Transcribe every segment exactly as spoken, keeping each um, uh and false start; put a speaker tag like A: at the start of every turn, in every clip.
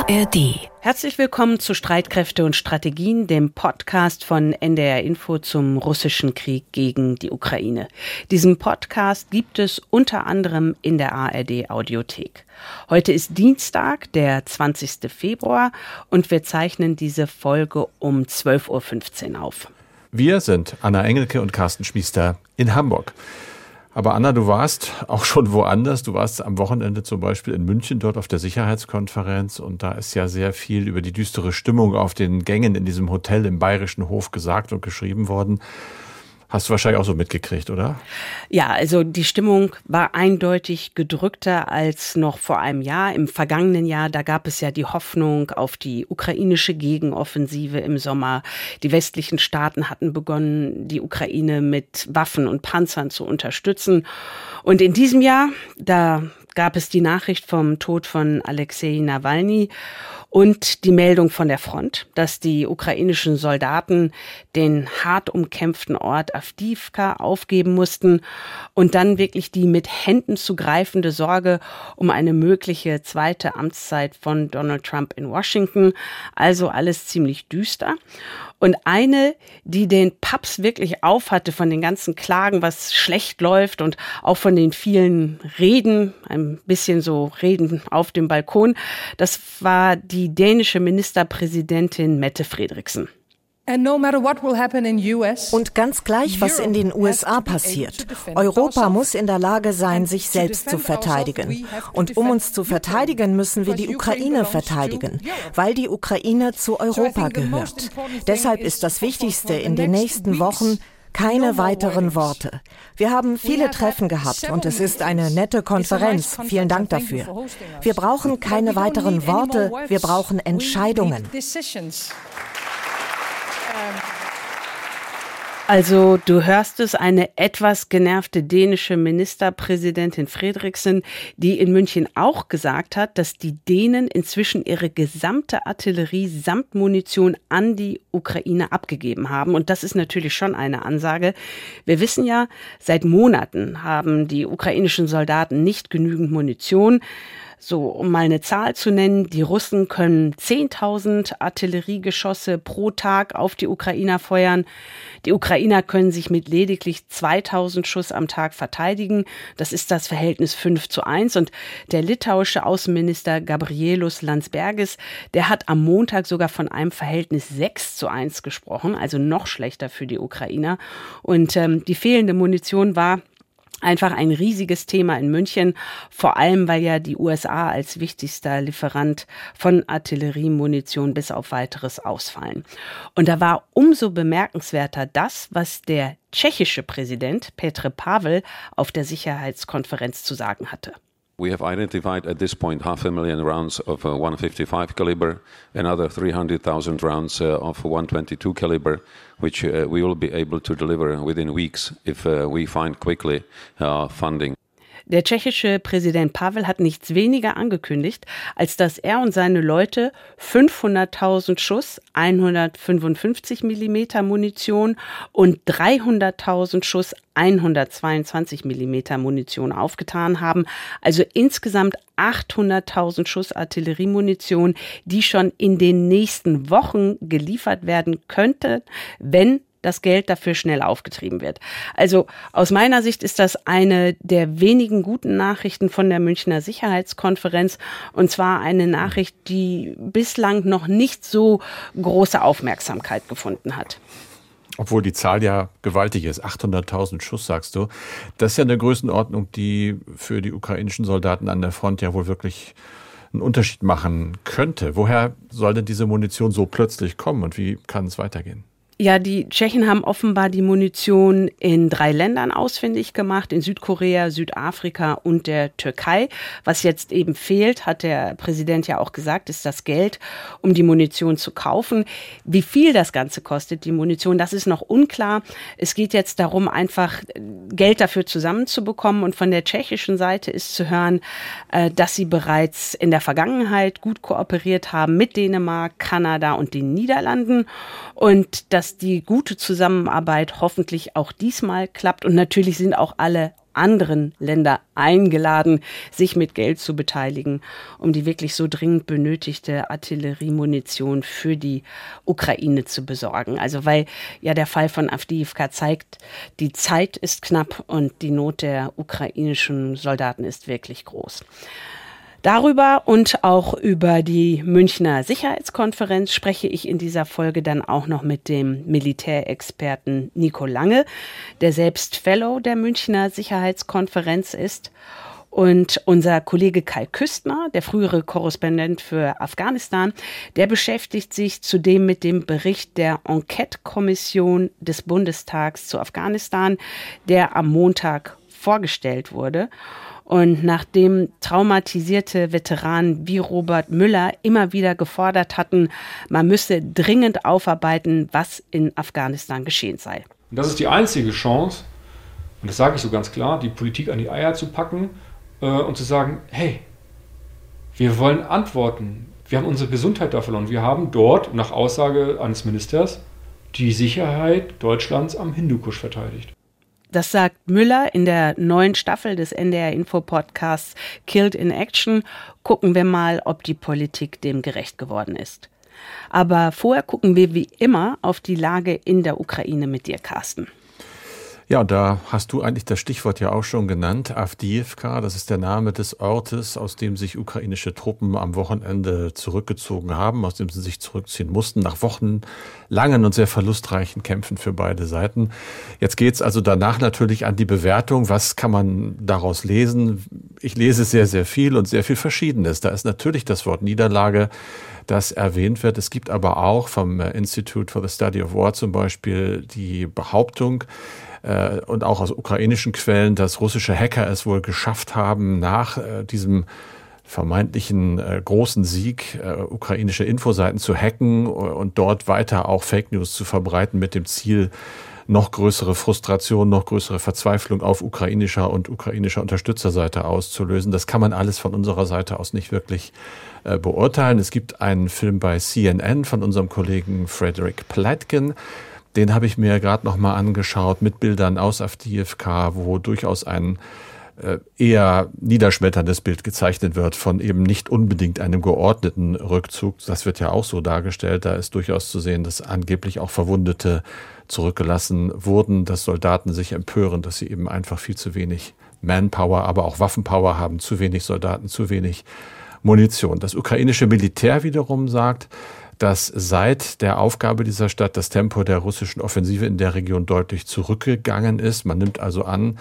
A: R D.
B: Herzlich willkommen zu Streitkräfte und Strategien, dem Podcast von N D R Info zum russischen Krieg gegen die Ukraine. Diesen Podcast gibt es unter anderem in der A R D Audiothek. Heute ist Dienstag, der zwanzigster Februar, und wir zeichnen diese Folge um zwölf Uhr fünfzehn auf.
C: Wir sind Anna Engelke und Carsten Schmiester in Hamburg. Aber Anna, du warst auch schon woanders. Du warst am Wochenende zum Beispiel in München, dort auf der Sicherheitskonferenz. Und da ist ja sehr viel über die düstere Stimmung auf den Gängen in diesem Hotel im Bayerischen Hof gesagt und geschrieben worden. Hast du wahrscheinlich auch so mitgekriegt, oder?
B: Ja, also die Stimmung war eindeutig gedrückter als noch vor einem Jahr. Im vergangenen Jahr, da gab es ja die Hoffnung auf die ukrainische Gegenoffensive im Sommer. Die westlichen Staaten hatten begonnen, die Ukraine mit Waffen und Panzern zu unterstützen. Und in diesem Jahr, da gab es die Nachricht vom Tod von Alexei Nawalny und die Meldung von der Front, dass die ukrainischen Soldaten den hart umkämpften Ort Awdijiwka aufgeben mussten und dann wirklich die mit Händen zu greifende Sorge um eine mögliche zweite Amtszeit von Donald Trump in Washington. Also alles ziemlich düster. Und eine, die den Paps wirklich aufhatte von den ganzen Klagen, was schlecht läuft und auch von den vielen Reden, ein bisschen so Reden auf dem Balkon, das war die dänische Ministerpräsidentin Mette Frederiksen.
D: Und ganz gleich, was in den U S A passiert. Europa muss in der Lage sein, sich selbst zu verteidigen. Und um uns zu verteidigen, müssen wir die Ukraine verteidigen, weil die Ukraine zu Europa gehört. Deshalb ist das Wichtigste in den nächsten Wochen keine weiteren Worte. Wir haben viele Treffen gehabt und es ist eine nette Konferenz. Vielen Dank dafür. Wir brauchen keine weiteren Worte, wir brauchen Entscheidungen.
B: Also du hörst es, eine etwas genervte dänische Ministerpräsidentin Frederiksen, die in München auch gesagt hat, dass die Dänen inzwischen ihre gesamte Artillerie samt Munition an die Ukraine abgegeben haben. Und das ist natürlich schon eine Ansage. Wir wissen ja, seit Monaten haben die ukrainischen Soldaten nicht genügend Munition. So, um mal eine Zahl zu nennen, die Russen können zehntausend Artilleriegeschosse pro Tag auf die Ukrainer feuern. Die Ukrainer können sich mit lediglich zweitausend Schuss am Tag verteidigen. Das ist das Verhältnis fünf zu eins. Und der litauische Außenminister Gabrielius Landsbergis, der hat am Montag sogar von einem Verhältnis sechs zu eins gesprochen, also noch schlechter für die Ukrainer. Und ähm, die fehlende Munition war einfach ein riesiges Thema in München, vor allem weil ja die U S A als wichtigster Lieferant von Artilleriemunition bis auf weiteres ausfallen. Und da war umso bemerkenswerter das, was der tschechische Präsident Petr Pavel auf der Sicherheitskonferenz zu sagen hatte.
E: We have identified at this point half a million rounds of uh, one fifty-five caliber, another three hundred thousand rounds uh, of one twenty-two caliber, which uh, we will be able to deliver within weeks if uh, we find quickly uh, funding.
B: Der tschechische Präsident Pavel hat nichts weniger angekündigt, als dass er und seine Leute fünfhunderttausend Schuss, hundertfünfundfünfzig Millimeter Munition und dreihunderttausend Schuss, hundertzweiundzwanzig Millimeter Munition aufgetan haben. Also insgesamt achthunderttausend Schuss Artilleriemunition, die schon in den nächsten Wochen geliefert werden könnte, wenn das Geld dafür schnell aufgetrieben wird. Also aus meiner Sicht ist das eine der wenigen guten Nachrichten von der Münchner Sicherheitskonferenz, und zwar eine Nachricht, die bislang noch nicht so große Aufmerksamkeit gefunden hat.
C: Obwohl die Zahl ja gewaltig ist, achthunderttausend Schuss, sagst du. Das ist ja eine Größenordnung, die für die ukrainischen Soldaten an der Front ja wohl wirklich einen Unterschied machen könnte. Woher soll denn diese Munition so plötzlich kommen und wie kann es weitergehen?
B: Ja, die Tschechen haben offenbar die Munition in drei Ländern ausfindig gemacht, in Südkorea, Südafrika und der Türkei. Was jetzt eben fehlt, hat der Präsident ja auch gesagt, ist das Geld, um die Munition zu kaufen. Wie viel das Ganze kostet, die Munition, das ist noch unklar. Es geht jetzt darum, einfach Geld dafür zusammenzubekommen. Und von der tschechischen Seite ist zu hören, dass sie bereits in der Vergangenheit gut kooperiert haben mit Dänemark, Kanada und den Niederlanden. Und dass die gute Zusammenarbeit hoffentlich auch diesmal klappt. Und natürlich sind auch alle anderen Länder eingeladen, sich mit Geld zu beteiligen, um die wirklich so dringend benötigte Artilleriemunition für die Ukraine zu besorgen. Also weil ja der Fall von Awdijiwka zeigt, die Zeit ist knapp und die Not der ukrainischen Soldaten ist wirklich groß. Darüber und auch über die Münchner Sicherheitskonferenz spreche ich in dieser Folge dann auch noch mit dem Militärexperten Nico Lange, der selbst Fellow der Münchner Sicherheitskonferenz ist. Und unser Kollege Kai Küstner, der frühere Korrespondent für Afghanistan, der beschäftigt sich zudem mit dem Bericht der Enquete-Kommission des Bundestags zu Afghanistan, der am Montag vorgestellt wurde. Und nachdem traumatisierte Veteranen wie Robert Müller immer wieder gefordert hatten, man müsse dringend aufarbeiten, was in Afghanistan geschehen sei.
A: Und das ist die einzige Chance, und das sage ich so ganz klar, die Politik an die Eier zu packen äh, und zu sagen, hey, wir wollen Antworten. Wir haben unsere Gesundheit da verloren. Wir haben dort, nach Aussage eines Ministers, die Sicherheit Deutschlands am Hindukusch verteidigt.
B: Das sagt Müller in der neuen Staffel des N D R-Info-Podcasts Killed in Action. Gucken wir mal, ob die Politik dem gerecht geworden ist. Aber vorher gucken wir wie immer auf die Lage in der Ukraine mit dir, Carsten.
C: Ja, und da hast du eigentlich das Stichwort ja auch schon genannt, Awdijiwka, das ist der Name des Ortes, aus dem sich ukrainische Truppen am Wochenende zurückgezogen haben, aus dem sie sich zurückziehen mussten, nach wochenlangen und sehr verlustreichen Kämpfen für beide Seiten. Jetzt geht's also danach natürlich an die Bewertung, was kann man daraus lesen? Ich lese sehr, sehr viel und sehr viel Verschiedenes. Da ist natürlich das Wort Niederlage, das erwähnt wird. Es gibt aber auch vom Institute for the Study of War zum Beispiel die Behauptung, und auch aus ukrainischen Quellen, dass russische Hacker es wohl geschafft haben, nach äh, diesem vermeintlichen äh, großen Sieg äh, ukrainische Infoseiten zu hacken und dort weiter auch Fake News zu verbreiten mit dem Ziel, noch größere Frustration, noch größere Verzweiflung auf ukrainischer und ukrainischer Unterstützerseite auszulösen. Das kann man alles von unserer Seite aus nicht wirklich äh, beurteilen. Es gibt einen Film bei C N N von unserem Kollegen Frederick Plotkin. Den habe ich mir gerade noch mal angeschaut mit Bildern aus Awdijiwka, wo durchaus ein äh, eher niederschmetterndes Bild gezeichnet wird von eben nicht unbedingt einem geordneten Rückzug. Das wird ja auch so dargestellt. Da ist durchaus zu sehen, dass angeblich auch Verwundete zurückgelassen wurden, dass Soldaten sich empören, dass sie eben einfach viel zu wenig Manpower, aber auch Waffenpower haben, zu wenig Soldaten, zu wenig Munition. Das ukrainische Militär wiederum sagt, dass seit der Aufgabe dieser Stadt das Tempo der russischen Offensive in der Region deutlich zurückgegangen ist. Man nimmt also an,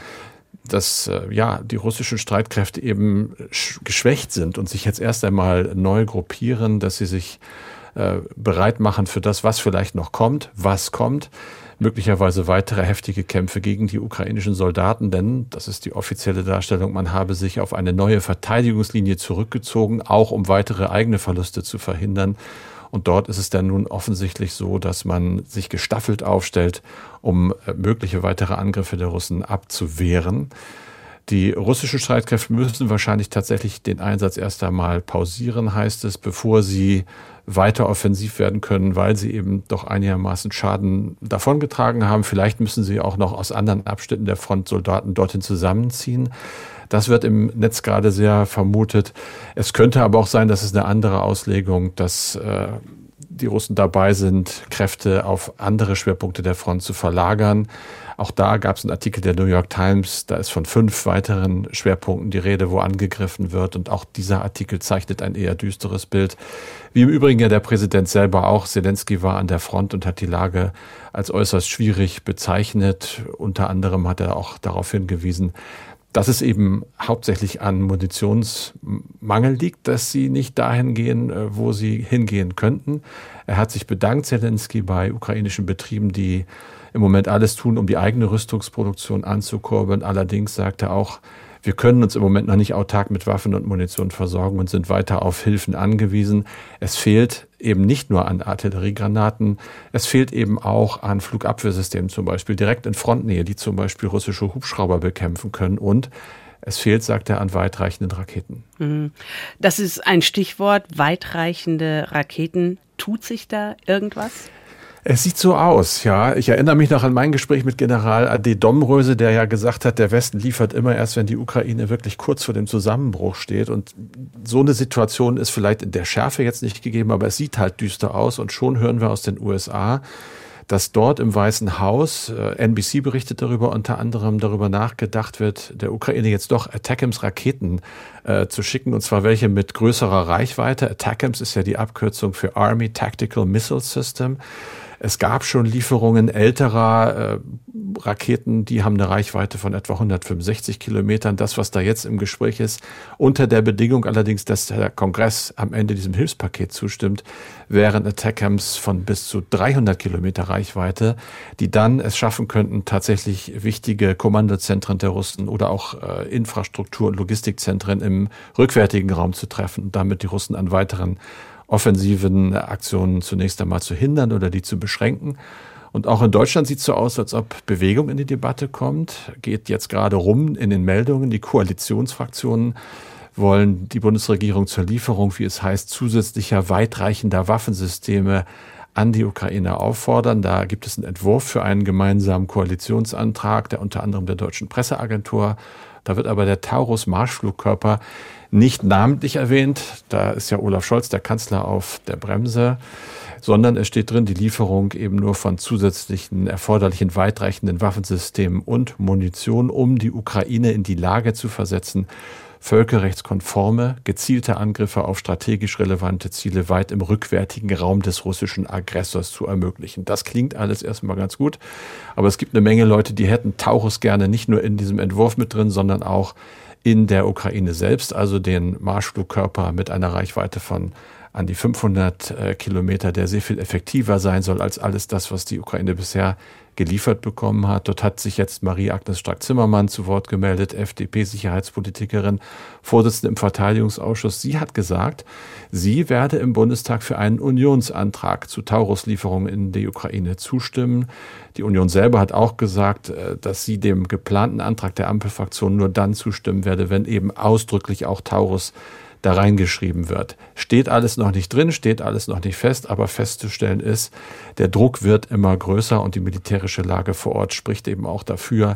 C: dass äh, ja die russischen Streitkräfte eben sch- geschwächt sind und sich jetzt erst einmal neu gruppieren, dass sie sich äh, bereit machen für das, was vielleicht noch kommt, was kommt. Möglicherweise weitere heftige Kämpfe gegen die ukrainischen Soldaten, denn, das ist die offizielle Darstellung, man habe sich auf eine neue Verteidigungslinie zurückgezogen, auch um weitere eigene Verluste zu verhindern. Und dort ist es dann nun offensichtlich so, dass man sich gestaffelt aufstellt, um mögliche weitere Angriffe der Russen abzuwehren. Die russischen Streitkräfte müssen wahrscheinlich tatsächlich den Einsatz erst einmal pausieren, heißt es, bevor sie weiter offensiv werden können, weil sie eben doch einigermaßen Schaden davongetragen haben. Vielleicht müssen sie auch noch aus anderen Abschnitten der Front Soldaten dorthin zusammenziehen. Das wird im Netz gerade sehr vermutet. Es könnte aber auch sein, dass es eine andere Auslegung, dass äh, die Russen dabei sind, Kräfte auf andere Schwerpunkte der Front zu verlagern. Auch da gab es einen Artikel der New York Times, da ist von fünf weiteren Schwerpunkten die Rede, wo angegriffen wird. Und auch dieser Artikel zeichnet ein eher düsteres Bild. Wie im Übrigen ja der Präsident selber auch. Zelensky war an der Front und hat die Lage als äußerst schwierig bezeichnet. Unter anderem hat er auch darauf hingewiesen, dass es eben hauptsächlich an Munitionsmangel liegt, dass sie nicht dahin gehen, wo sie hingehen könnten. Er hat sich bedankt, Zelensky, bei ukrainischen Betrieben, die im Moment alles tun, um die eigene Rüstungsproduktion anzukurbeln. Allerdings sagt er auch, wir können uns im Moment noch nicht autark mit Waffen und Munition versorgen und sind weiter auf Hilfen angewiesen. Es fehlt eben nicht nur an Artilleriegranaten, es fehlt eben auch an Flugabwehrsystemen zum Beispiel direkt in Frontnähe, die zum Beispiel russische Hubschrauber bekämpfen können. Und es fehlt, sagt er, an weitreichenden Raketen.
B: Das ist ein Stichwort, weitreichende Raketen. Tut sich da irgendwas?
C: Es sieht so aus, ja. Ich erinnere mich noch an mein Gespräch mit General A D Domröse, der ja gesagt hat, der Westen liefert immer erst, wenn die Ukraine wirklich kurz vor dem Zusammenbruch steht. Und so eine Situation ist vielleicht in der Schärfe jetzt nicht gegeben, aber es sieht halt düster aus. Und schon hören wir aus den U S A, dass dort im Weißen Haus, äh, N B C berichtet darüber, unter anderem darüber nachgedacht wird, der Ukraine jetzt doch ATACMS-Raketen äh, zu schicken, und zwar welche mit größerer Reichweite. ATACMS ist ja die Abkürzung für Army Tactical Missile System. Es gab schon Lieferungen älterer äh, Raketen, die haben eine Reichweite von etwa hundertfünfundsechzig Kilometern. Das, was da jetzt im Gespräch ist, unter der Bedingung allerdings, dass der Kongress am Ende diesem Hilfspaket zustimmt, wären ATACMS von bis zu dreihundert Kilometer Reichweite, die dann es schaffen könnten, tatsächlich wichtige Kommandozentren der Russen oder auch äh, Infrastruktur- und Logistikzentren im rückwärtigen Raum zu treffen und damit die Russen an weiteren offensiven Aktionen zunächst einmal zu hindern oder die zu beschränken. Und auch in Deutschland sieht es so aus, als ob Bewegung in die Debatte kommt. Geht jetzt gerade rum in den Meldungen. Die Koalitionsfraktionen wollen die Bundesregierung zur Lieferung, wie es heißt, zusätzlicher weitreichender Waffensysteme an die Ukraine auffordern. Da gibt es einen Entwurf für einen gemeinsamen Koalitionsantrag, der unter anderem der Deutschen Presseagentur. Da wird aber der Taurus-Marschflugkörper nicht namentlich erwähnt. Da ist ja Olaf Scholz, der Kanzler, auf der Bremse, sondern es steht drin, die Lieferung eben nur von zusätzlichen erforderlichen weitreichenden Waffensystemen und Munition, um die Ukraine in die Lage zu versetzen, völkerrechtskonforme, gezielte Angriffe auf strategisch relevante Ziele weit im rückwärtigen Raum des russischen Aggressors zu ermöglichen. Das klingt alles erstmal ganz gut, aber es gibt eine Menge Leute, die hätten Taurus gerne nicht nur in diesem Entwurf mit drin, sondern auch in der Ukraine selbst, also den Marschflugkörper mit einer Reichweite von an die fünfhundert äh, Kilometer, der sehr viel effektiver sein soll als alles das, was die Ukraine bisher geliefert bekommen hat. Dort hat sich jetzt Marie-Agnes Strack-Zimmermann zu Wort gemeldet, F D P-Sicherheitspolitikerin, Vorsitzende im Verteidigungsausschuss. Sie hat gesagt, sie werde im Bundestag für einen Unionsantrag zu Taurus-Lieferungen in die Ukraine zustimmen. Die Union selber hat auch gesagt, dass sie dem geplanten Antrag der Ampelfraktion nur dann zustimmen werde, wenn eben ausdrücklich auch Taurus da reingeschrieben wird. Steht alles noch nicht drin, steht alles noch nicht fest, aber festzustellen ist, der Druck wird immer größer und die militärische Lage vor Ort spricht eben auch dafür,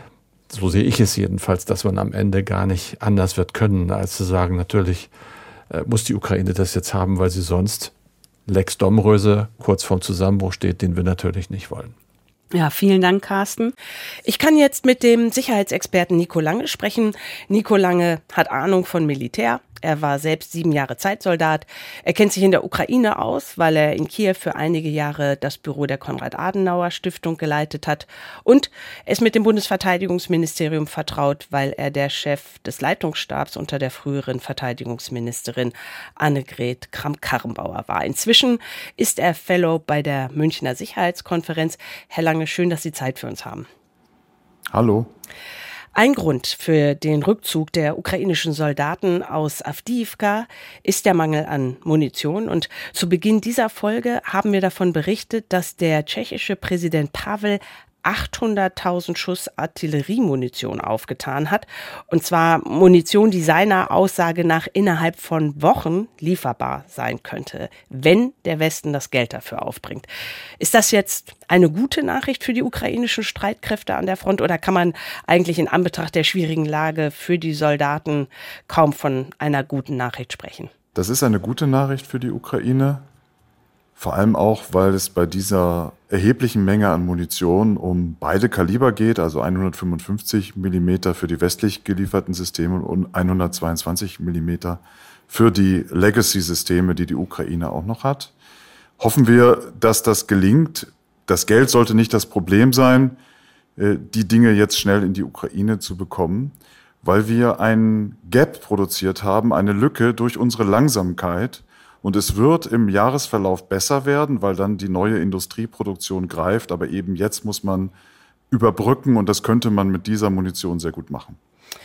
C: so sehe ich es jedenfalls, dass man am Ende gar nicht anders wird können, als zu sagen, natürlich äh, muss die Ukraine das jetzt haben, weil sie sonst Lex Domröse kurz vorm Zusammenbruch steht, den wir natürlich nicht wollen.
B: Ja, vielen Dank, Carsten. Ich kann jetzt mit dem Sicherheitsexperten Nico Lange sprechen. Nico Lange hat Ahnung von Militär. Er war selbst sieben Jahre Zeitsoldat. Er kennt sich in der Ukraine aus, weil er in Kiew für einige Jahre das Büro der Konrad-Adenauer-Stiftung geleitet hat. Und er ist mit dem Bundesverteidigungsministerium vertraut, weil er der Chef des Leitungsstabs unter der früheren Verteidigungsministerin Annegret Kramp-Karrenbauer war. Inzwischen ist er Fellow bei der Münchner Sicherheitskonferenz. Herr Lange, schön, dass Sie Zeit für uns haben.
F: Hallo.
B: Ein Grund für den Rückzug der ukrainischen Soldaten aus Awdijiwka ist der Mangel an Munition. Und zu Beginn dieser Folge haben wir davon berichtet, dass der tschechische Präsident Pavel achthunderttausend Schuss Artilleriemunition aufgetan hat. Und zwar Munition, die seiner Aussage nach innerhalb von Wochen lieferbar sein könnte, wenn der Westen das Geld dafür aufbringt. Ist das jetzt eine gute Nachricht für die ukrainischen Streitkräfte an der Front oder kann man eigentlich in Anbetracht der schwierigen Lage für die Soldaten kaum von einer guten Nachricht sprechen?
F: Das ist eine gute Nachricht für die Ukraine. Vor allem auch, weil es bei dieser erheblichen Menge an Munition um beide Kaliber geht, also hundertfünfundfünfzig Millimeter für die westlich gelieferten Systeme und hundertzweiundzwanzig Millimeter für die Legacy-Systeme, die die Ukraine auch noch hat. Hoffen wir, dass das gelingt. Das Geld sollte nicht das Problem sein, die Dinge jetzt schnell in die Ukraine zu bekommen, weil wir einen Gap produziert haben, eine Lücke durch unsere Langsamkeit. Und es wird im Jahresverlauf besser werden, weil dann die neue Industrieproduktion greift. Aber eben jetzt muss man überbrücken und das könnte man mit dieser Munition sehr gut machen.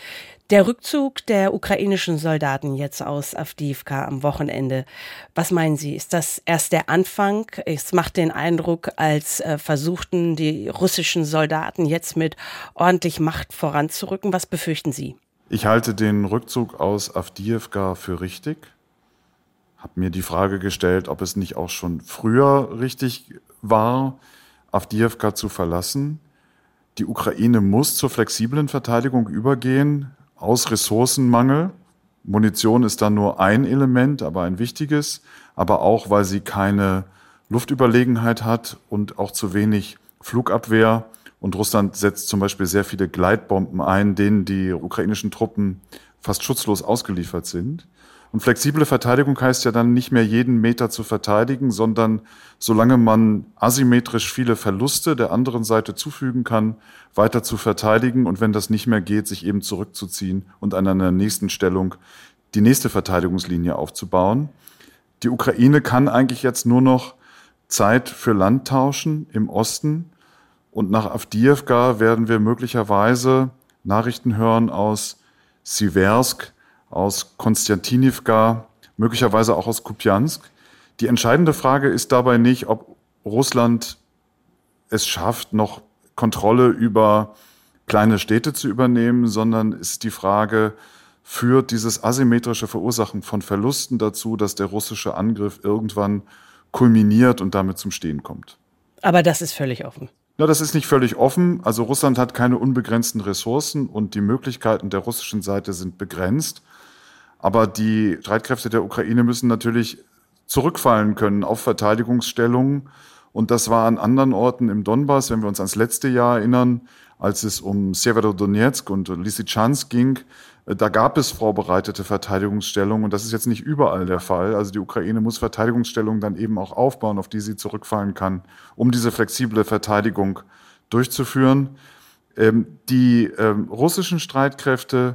B: Der Rückzug der ukrainischen Soldaten jetzt aus Awdijiwka am Wochenende, was meinen Sie, ist das erst der Anfang? Es macht den Eindruck, als äh, versuchten die russischen Soldaten jetzt mit ordentlich Macht voranzurücken. Was befürchten Sie?
F: Ich halte den Rückzug aus Awdijiwka für richtig. Habe mir die Frage gestellt, ob es nicht auch schon früher richtig war, Awdijiwka zu verlassen. Die Ukraine muss zur flexiblen Verteidigung übergehen, aus Ressourcenmangel. Munition ist dann nur ein Element, aber ein wichtiges, aber auch, weil sie keine Luftüberlegenheit hat und auch zu wenig Flugabwehr. Und Russland setzt zum Beispiel sehr viele Gleitbomben ein, denen die ukrainischen Truppen fast schutzlos ausgeliefert sind. Und flexible Verteidigung heißt ja dann nicht mehr jeden Meter zu verteidigen, sondern solange man asymmetrisch viele Verluste der anderen Seite zufügen kann, weiter zu verteidigen und wenn das nicht mehr geht, sich eben zurückzuziehen und an einer nächsten Stellung die nächste Verteidigungslinie aufzubauen. Die Ukraine kann eigentlich jetzt nur noch Zeit für Land tauschen im Osten und nach Awdijiwka werden wir möglicherweise Nachrichten hören aus Siversk, aus Konstantinivka, möglicherweise auch aus Kupiansk. Die entscheidende Frage ist dabei nicht, ob Russland es schafft, noch Kontrolle über kleine Städte zu übernehmen, sondern ist die Frage, führt dieses asymmetrische Verursachen von Verlusten dazu, dass der russische Angriff irgendwann kulminiert und damit zum Stehen kommt.
B: Aber das ist völlig offen.
F: Ja, das ist nicht völlig offen. Also Russland hat keine unbegrenzten Ressourcen und die Möglichkeiten der russischen Seite sind begrenzt. Aber die Streitkräfte der Ukraine müssen natürlich zurückfallen können auf Verteidigungsstellungen. Und das war an anderen Orten im Donbass, wenn wir uns ans letzte Jahr erinnern, als es um Severodonetsk und Lysychansk ging, da gab es vorbereitete Verteidigungsstellungen und das ist jetzt nicht überall der Fall. Also die Ukraine muss Verteidigungsstellungen dann eben auch aufbauen, auf die sie zurückfallen kann, um diese flexible Verteidigung durchzuführen. Ähm, die ähm, russischen Streitkräfte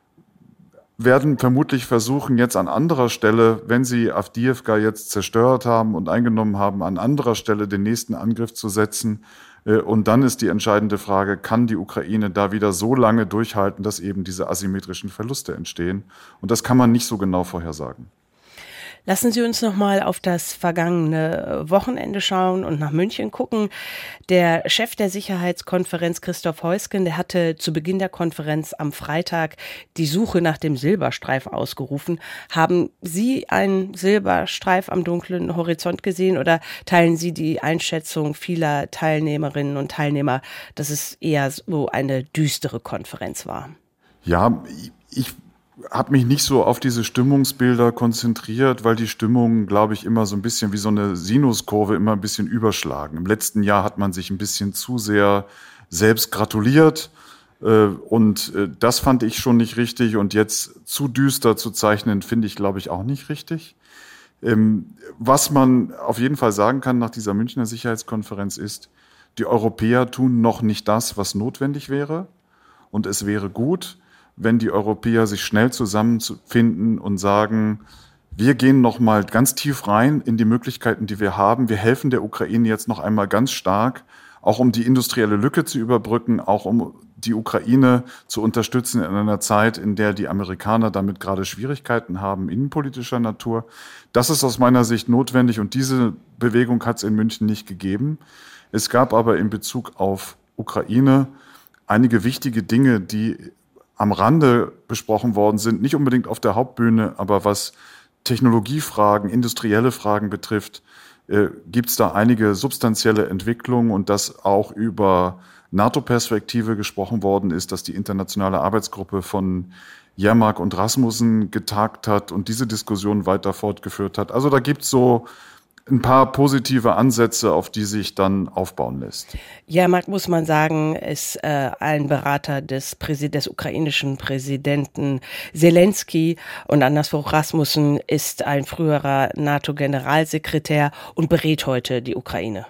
F: werden vermutlich versuchen, jetzt an anderer Stelle, wenn sie Awdijiwka jetzt zerstört haben und eingenommen haben, an anderer Stelle den nächsten Angriff zu setzen. Und dann ist die entscheidende Frage, kann die Ukraine da wieder so lange durchhalten, dass eben diese asymmetrischen Verluste entstehen? Und das kann man nicht so genau vorhersagen.
B: Lassen Sie uns noch mal auf das vergangene Wochenende schauen und nach München gucken. Der Chef der Sicherheitskonferenz, Christoph Heusgen, der hatte zu Beginn der Konferenz am Freitag die Suche nach dem Silberstreif ausgerufen. Haben Sie einen Silberstreif am dunklen Horizont gesehen oder teilen Sie die Einschätzung vieler Teilnehmerinnen und Teilnehmer, dass es eher so eine düstere Konferenz war?
F: Ja, ich habe mich nicht so auf diese Stimmungsbilder konzentriert, weil die Stimmungen, glaube ich, immer so ein bisschen wie so eine Sinuskurve immer ein bisschen überschlagen. Im letzten Jahr hat man sich ein bisschen zu sehr selbst gratuliert äh, und äh, das fand ich schon nicht richtig und jetzt zu düster zu zeichnen, finde ich, glaube ich, auch nicht richtig. Ähm, was man auf jeden Fall sagen kann nach dieser Münchner Sicherheitskonferenz ist, die Europäer tun noch nicht das, was notwendig wäre und es wäre gut, wenn die Europäer sich schnell zusammenfinden und sagen, wir gehen noch mal ganz tief rein in die Möglichkeiten, die wir haben. Wir helfen der Ukraine jetzt noch einmal ganz stark, auch um die industrielle Lücke zu überbrücken, auch um die Ukraine zu unterstützen in einer Zeit, in der die Amerikaner damit gerade Schwierigkeiten haben, innenpolitischer Natur. Das ist aus meiner Sicht notwendig und diese Bewegung hat es in München nicht gegeben. Es gab aber in Bezug auf Ukraine einige wichtige Dinge, die am Rande besprochen worden sind, nicht unbedingt auf der Hauptbühne, aber was Technologiefragen, industrielle Fragen betrifft, äh, gibt es da einige substanzielle Entwicklungen und dass auch über NATO-Perspektive gesprochen worden ist, dass die internationale Arbeitsgruppe von Jermak und Rasmussen getagt hat und diese Diskussion weiter fortgeführt hat. Also da gibt es so ein paar positive Ansätze, auf die sich dann aufbauen lässt.
B: Jermak, muss man sagen, ist äh, ein Berater des, Präsid- des ukrainischen Präsidenten Zelensky und anderswo Rasmussen ist ein früherer NATO-Generalsekretär und berät heute die Ukraine.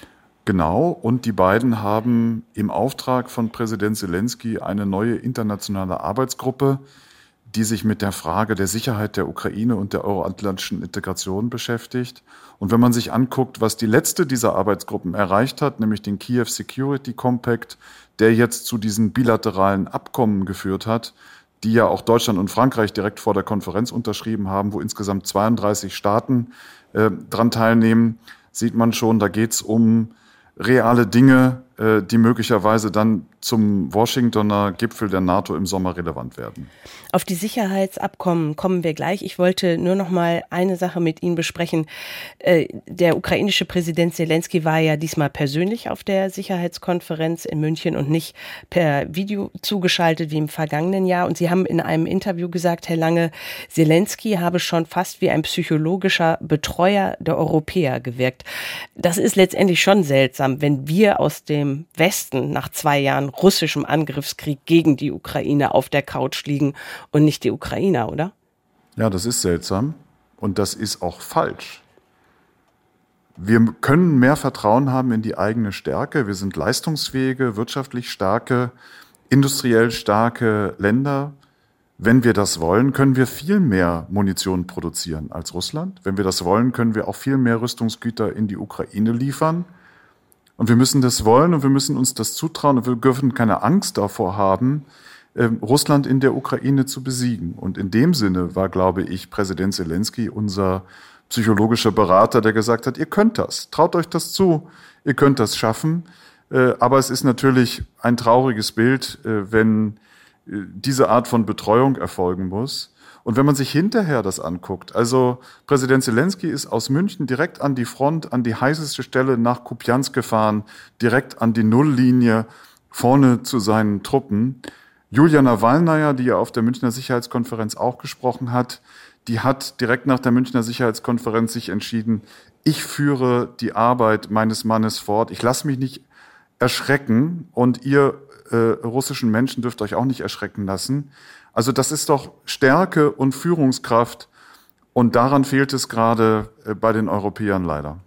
F: Genau, und die beiden haben im Auftrag von Präsident Zelensky eine neue internationale Arbeitsgruppe, die sich mit der Frage der Sicherheit der Ukraine und der euroatlantischen Integration beschäftigt. Und wenn man sich anguckt, was die letzte dieser Arbeitsgruppen erreicht hat, nämlich den Kiew Security Compact, der jetzt zu diesen bilateralen Abkommen geführt hat, die ja auch Deutschland und Frankreich direkt vor der Konferenz unterschrieben haben, wo insgesamt zweiunddreißig Staaten äh, dran teilnehmen, sieht man schon, da geht es um reale Dinge, äh, die möglicherweise dann zum Washingtoner Gipfel der NATO im Sommer relevant werden.
B: Auf die Sicherheitsabkommen kommen wir gleich. Ich wollte nur noch mal eine Sache mit Ihnen besprechen. Äh, der ukrainische Präsident Selenskyj war ja diesmal persönlich auf der Sicherheitskonferenz in München und nicht per Video zugeschaltet wie im vergangenen Jahr. Und Sie haben in einem Interview gesagt, Herr Lange, Selenskyj habe schon fast wie ein psychologischer Betreuer der Europäer gewirkt. Das ist letztendlich schon seltsam, wenn wir aus dem Westen nach zwei Jahren russischem Angriffskrieg gegen die Ukraine auf der Couch liegen und nicht die Ukrainer, oder?
F: Ja, das ist seltsam und das ist auch falsch. Wir können mehr Vertrauen haben in die eigene Stärke. Wir sind leistungsfähige, wirtschaftlich starke, industriell starke Länder. Wenn wir das wollen, können wir viel mehr Munition produzieren als Russland. Wenn wir das wollen, können wir auch viel mehr Rüstungsgüter in die Ukraine liefern. Und wir müssen das wollen und wir müssen uns das zutrauen und wir dürfen keine Angst davor haben, Russland in der Ukraine zu besiegen. Und in dem Sinne war, glaube ich, Präsident Selenskyj unser psychologischer Berater, der gesagt hat, ihr könnt das, traut euch das zu, ihr könnt das schaffen. Aber es ist natürlich ein trauriges Bild, wenn diese Art von Betreuung erfolgen muss. Und wenn man sich hinterher das anguckt, also Präsident Selenskyj ist aus München direkt an die Front, an die heißeste Stelle nach Kupiansk gefahren, direkt an die Nulllinie, vorne zu seinen Truppen. Julia Nawalnaja, die ja auf der Münchner Sicherheitskonferenz auch gesprochen hat, die hat direkt nach der Münchner Sicherheitskonferenz sich entschieden, ich führe die Arbeit meines Mannes fort, ich lasse mich nicht erschrecken und ihr äh, russischen Menschen dürft euch auch nicht erschrecken lassen. Also das ist doch Stärke und Führungskraft und daran fehlt es gerade äh, bei den Europäern leider.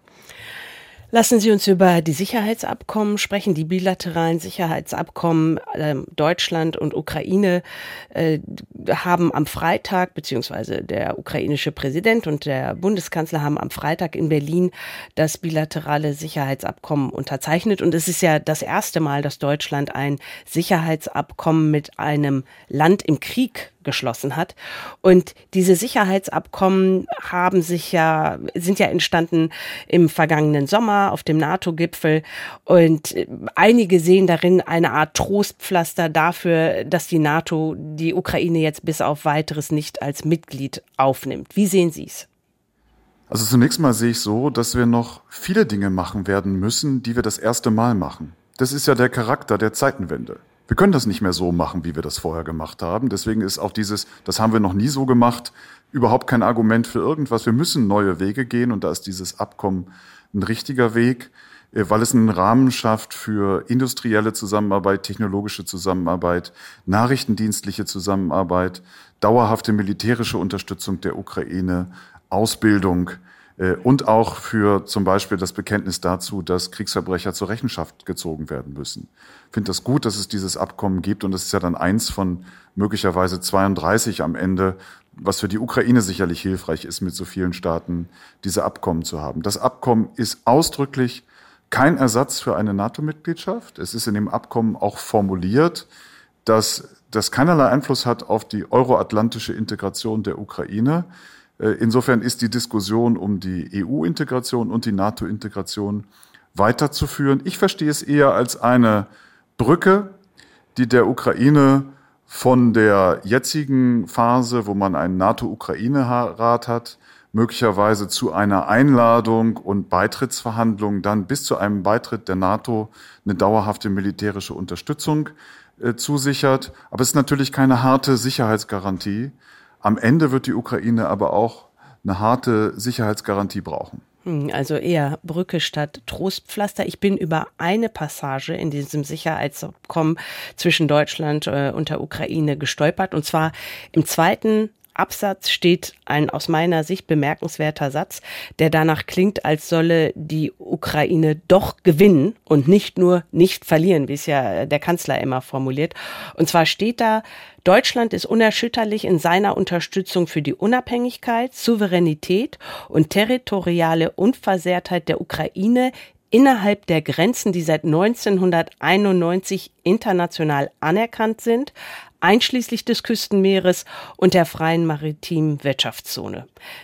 B: Lassen Sie uns über die Sicherheitsabkommen sprechen, die bilateralen Sicherheitsabkommen. Deutschland und Ukraine äh, haben am Freitag, beziehungsweise der ukrainische Präsident und der Bundeskanzler haben am Freitag in Berlin das bilaterale Sicherheitsabkommen unterzeichnet. Und es ist ja das erste Mal, dass Deutschland ein Sicherheitsabkommen mit einem Land im Krieg geschlossen hat. Und diese Sicherheitsabkommen haben sich ja, sind ja entstanden im vergangenen Sommer auf dem NATO-Gipfel. Und einige sehen darin eine Art Trostpflaster dafür, dass die NATO die Ukraine jetzt bis auf Weiteres nicht als Mitglied aufnimmt. Wie sehen Sie es?
F: Also zunächst mal sehe ich so, dass wir noch viele Dinge machen werden müssen, die wir das erste Mal machen. Das ist ja der Charakter der Zeitenwende. Wir können das nicht mehr so machen, wie wir das vorher gemacht haben. Deswegen ist auch dieses, das haben wir noch nie so gemacht, überhaupt kein Argument für irgendwas. Wir müssen neue Wege gehen und da ist dieses Abkommen ein richtiger Weg, weil es einen Rahmen schafft für industrielle Zusammenarbeit, technologische Zusammenarbeit, nachrichtendienstliche Zusammenarbeit, dauerhafte militärische Unterstützung der Ukraine, Ausbildung und auch für zum Beispiel das Bekenntnis dazu, dass Kriegsverbrecher zur Rechenschaft gezogen werden müssen. Ich finde das gut, dass es dieses Abkommen gibt und es ist ja dann eins von möglicherweise zweiunddreißig am Ende, was für die Ukraine sicherlich hilfreich ist, mit so vielen Staaten diese Abkommen zu haben. Das Abkommen ist ausdrücklich kein Ersatz für eine NATO-Mitgliedschaft. Es ist in dem Abkommen auch formuliert, dass das keinerlei Einfluss hat auf die euroatlantische Integration der Ukraine. Insofern ist die Diskussion um die E U-Integration und die NATO-Integration weiterzuführen. Ich verstehe es eher als eine Brücke, die der Ukraine von der jetzigen Phase, wo man einen NATO-Ukraine-Rat hat, möglicherweise zu einer Einladung und Beitrittsverhandlungen dann bis zu einem Beitritt der NATO eine dauerhafte militärische Unterstützung äh, zusichert. Aber es ist natürlich keine harte Sicherheitsgarantie. Am Ende wird die Ukraine aber auch eine harte Sicherheitsgarantie brauchen.
B: Also eher Brücke statt Trostpflaster. Ich bin über eine Passage in diesem Sicherheitsabkommen zwischen Deutschland und der Ukraine gestolpert. Und zwar im zweiten Absatz steht ein aus meiner Sicht bemerkenswerter Satz, der danach klingt, als solle die Ukraine doch gewinnen und nicht nur nicht verlieren, wie es ja der Kanzler immer formuliert. Und zwar steht da, Deutschland ist unerschütterlich in seiner Unterstützung für die Unabhängigkeit, Souveränität und territoriale Unversehrtheit der Ukraine innerhalb der Grenzen, die seit neunzehnhunderteinundneunzig international anerkannt sind, einschließlich des Küstenmeeres und der freien maritimen Wirtschaftszone.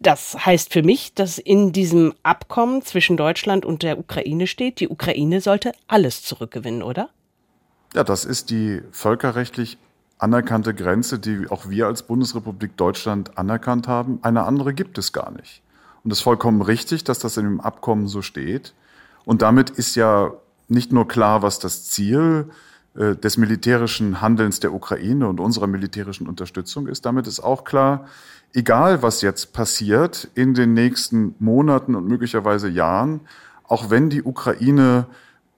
B: Das heißt für mich, dass in diesem Abkommen zwischen Deutschland und der Ukraine steht, die Ukraine sollte alles zurückgewinnen, oder?
F: Ja, das ist die völkerrechtlich anerkannte Grenze, die auch wir als Bundesrepublik Deutschland anerkannt haben. Eine andere gibt es gar nicht. Und es ist vollkommen richtig, dass das in dem Abkommen so steht. Und damit ist ja nicht nur klar, was das Ziel äh, des militärischen Handelns der Ukraine und unserer militärischen Unterstützung ist. Damit ist auch klar, egal was jetzt passiert in den nächsten Monaten und möglicherweise Jahren, auch wenn die Ukraine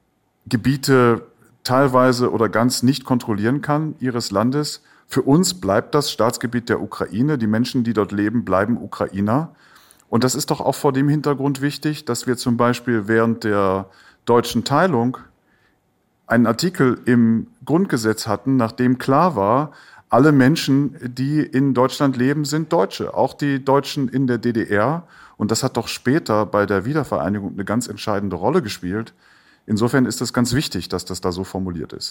F: Gebiete teilweise oder ganz nicht kontrollieren kann ihres Landes, für uns bleibt das Staatsgebiet der Ukraine. Die Menschen, die dort leben, bleiben Ukrainer. Und das ist doch auch vor dem Hintergrund wichtig, dass wir zum Beispiel während der deutschen Teilung einen Artikel im Grundgesetz hatten, nachdem klar war, alle Menschen, die in Deutschland leben, sind Deutsche, auch die Deutschen in der D D R. Und das hat doch später bei der Wiedervereinigung eine ganz entscheidende Rolle gespielt. Insofern ist es ganz wichtig, dass das da so formuliert ist.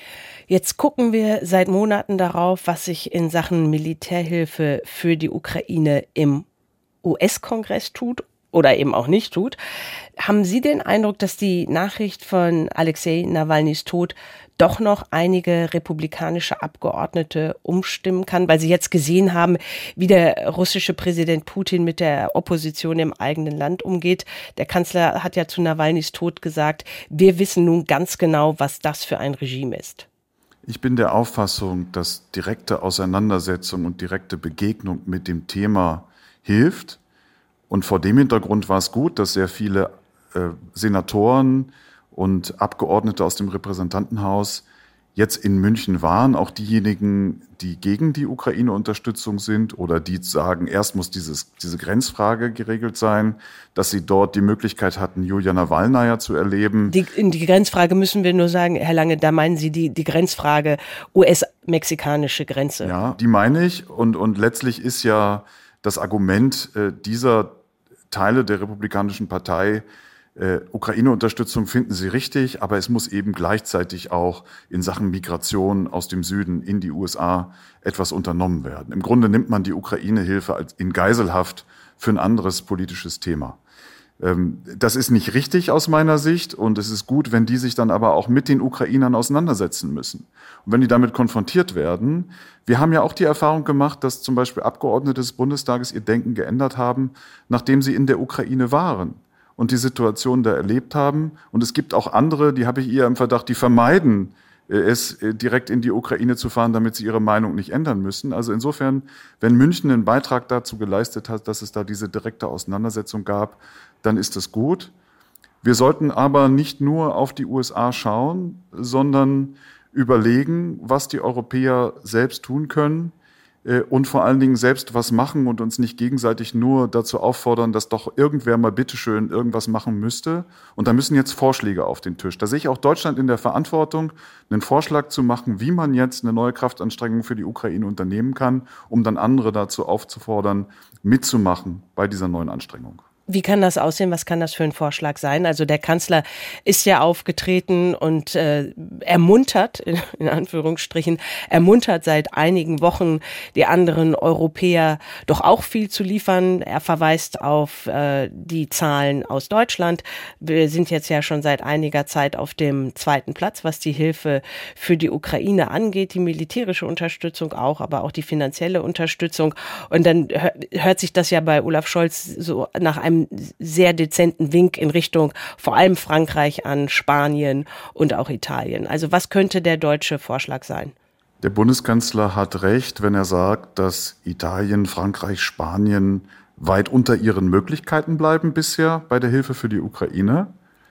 B: Jetzt gucken wir seit Monaten darauf, was sich in Sachen Militärhilfe für die Ukraine im U S-Kongress tut oder eben auch nicht tut. Haben Sie den Eindruck, dass die Nachricht von Alexei Nawalnys Tod doch noch einige republikanische Abgeordnete umstimmen kann, weil sie jetzt gesehen haben, wie der russische Präsident Putin mit der Opposition im eigenen Land umgeht? Der Kanzler hat ja zu Nawalnys Tod gesagt, wir wissen nun ganz genau, was das für ein Regime ist.
F: Ich bin der Auffassung, dass direkte Auseinandersetzung und direkte Begegnung mit dem Thema hilft. Und vor dem Hintergrund war es gut, dass sehr viele äh, Senatoren und Abgeordnete aus dem Repräsentantenhaus jetzt in München waren, auch diejenigen, die gegen die Ukraine-Unterstützung sind oder die sagen, erst muss dieses, diese Grenzfrage geregelt sein, dass sie dort die Möglichkeit hatten, Julia Nawalnaja zu erleben.
B: Die, in die Grenzfrage müssen wir nur sagen, Herr Lange, da meinen Sie die, die Grenzfrage U S-mexikanische Grenze.
F: Ja, die meine ich. Und, und letztlich ist ja das Argument äh, dieser Teile der Republikanischen Partei, Äh, Ukraine-Unterstützung finden sie richtig, aber es muss eben gleichzeitig auch in Sachen Migration aus dem Süden in die U S A etwas unternommen werden. Im Grunde nimmt man die Ukraine-Hilfe als in Geiselhaft für ein anderes politisches Thema. Ähm, das ist nicht richtig aus meiner Sicht und es ist gut, wenn die sich dann aber auch mit den Ukrainern auseinandersetzen müssen. Und wenn die damit konfrontiert werden, wir haben ja auch die Erfahrung gemacht, dass zum Beispiel Abgeordnete des Bundestages ihr Denken geändert haben, nachdem sie in der Ukraine waren und die Situation da erlebt haben. Und es gibt auch andere, die habe ich eher im Verdacht, die vermeiden, es direkt in die Ukraine zu fahren, damit sie ihre Meinung nicht ändern müssen. Also insofern, wenn München einen Beitrag dazu geleistet hat, dass es da diese direkte Auseinandersetzung gab, dann ist das gut. Wir sollten aber nicht nur auf die U S A schauen, sondern überlegen, was die Europäer selbst tun können, und vor allen Dingen selbst was machen und uns nicht gegenseitig nur dazu auffordern, dass doch irgendwer mal bitteschön irgendwas machen müsste. Und da müssen jetzt Vorschläge auf den Tisch. Da sehe ich auch Deutschland in der Verantwortung, einen Vorschlag zu machen, wie man jetzt eine neue Kraftanstrengung für die Ukraine unternehmen kann, um dann andere dazu aufzufordern, mitzumachen bei dieser neuen Anstrengung.
B: Wie kann das aussehen? Was kann das für ein Vorschlag sein? Also der Kanzler ist ja aufgetreten und äh, ermuntert, in, in Anführungsstrichen, ermuntert seit einigen Wochen die anderen Europäer doch auch viel zu liefern. Er verweist auf äh, die Zahlen aus Deutschland. Wir sind jetzt ja schon seit einiger Zeit auf dem zweiten Platz, was die Hilfe für die Ukraine angeht, die militärische Unterstützung auch, aber auch die finanzielle Unterstützung. Und dann hör, hört sich das ja bei Olaf Scholz so nach einem sehr dezenten Wink in Richtung vor allem Frankreich an, Spanien und auch Italien. Also was könnte der deutsche Vorschlag sein?
F: Der Bundeskanzler hat recht, wenn er sagt, dass Italien, Frankreich, Spanien weit unter ihren Möglichkeiten bleiben bisher bei der Hilfe für die Ukraine.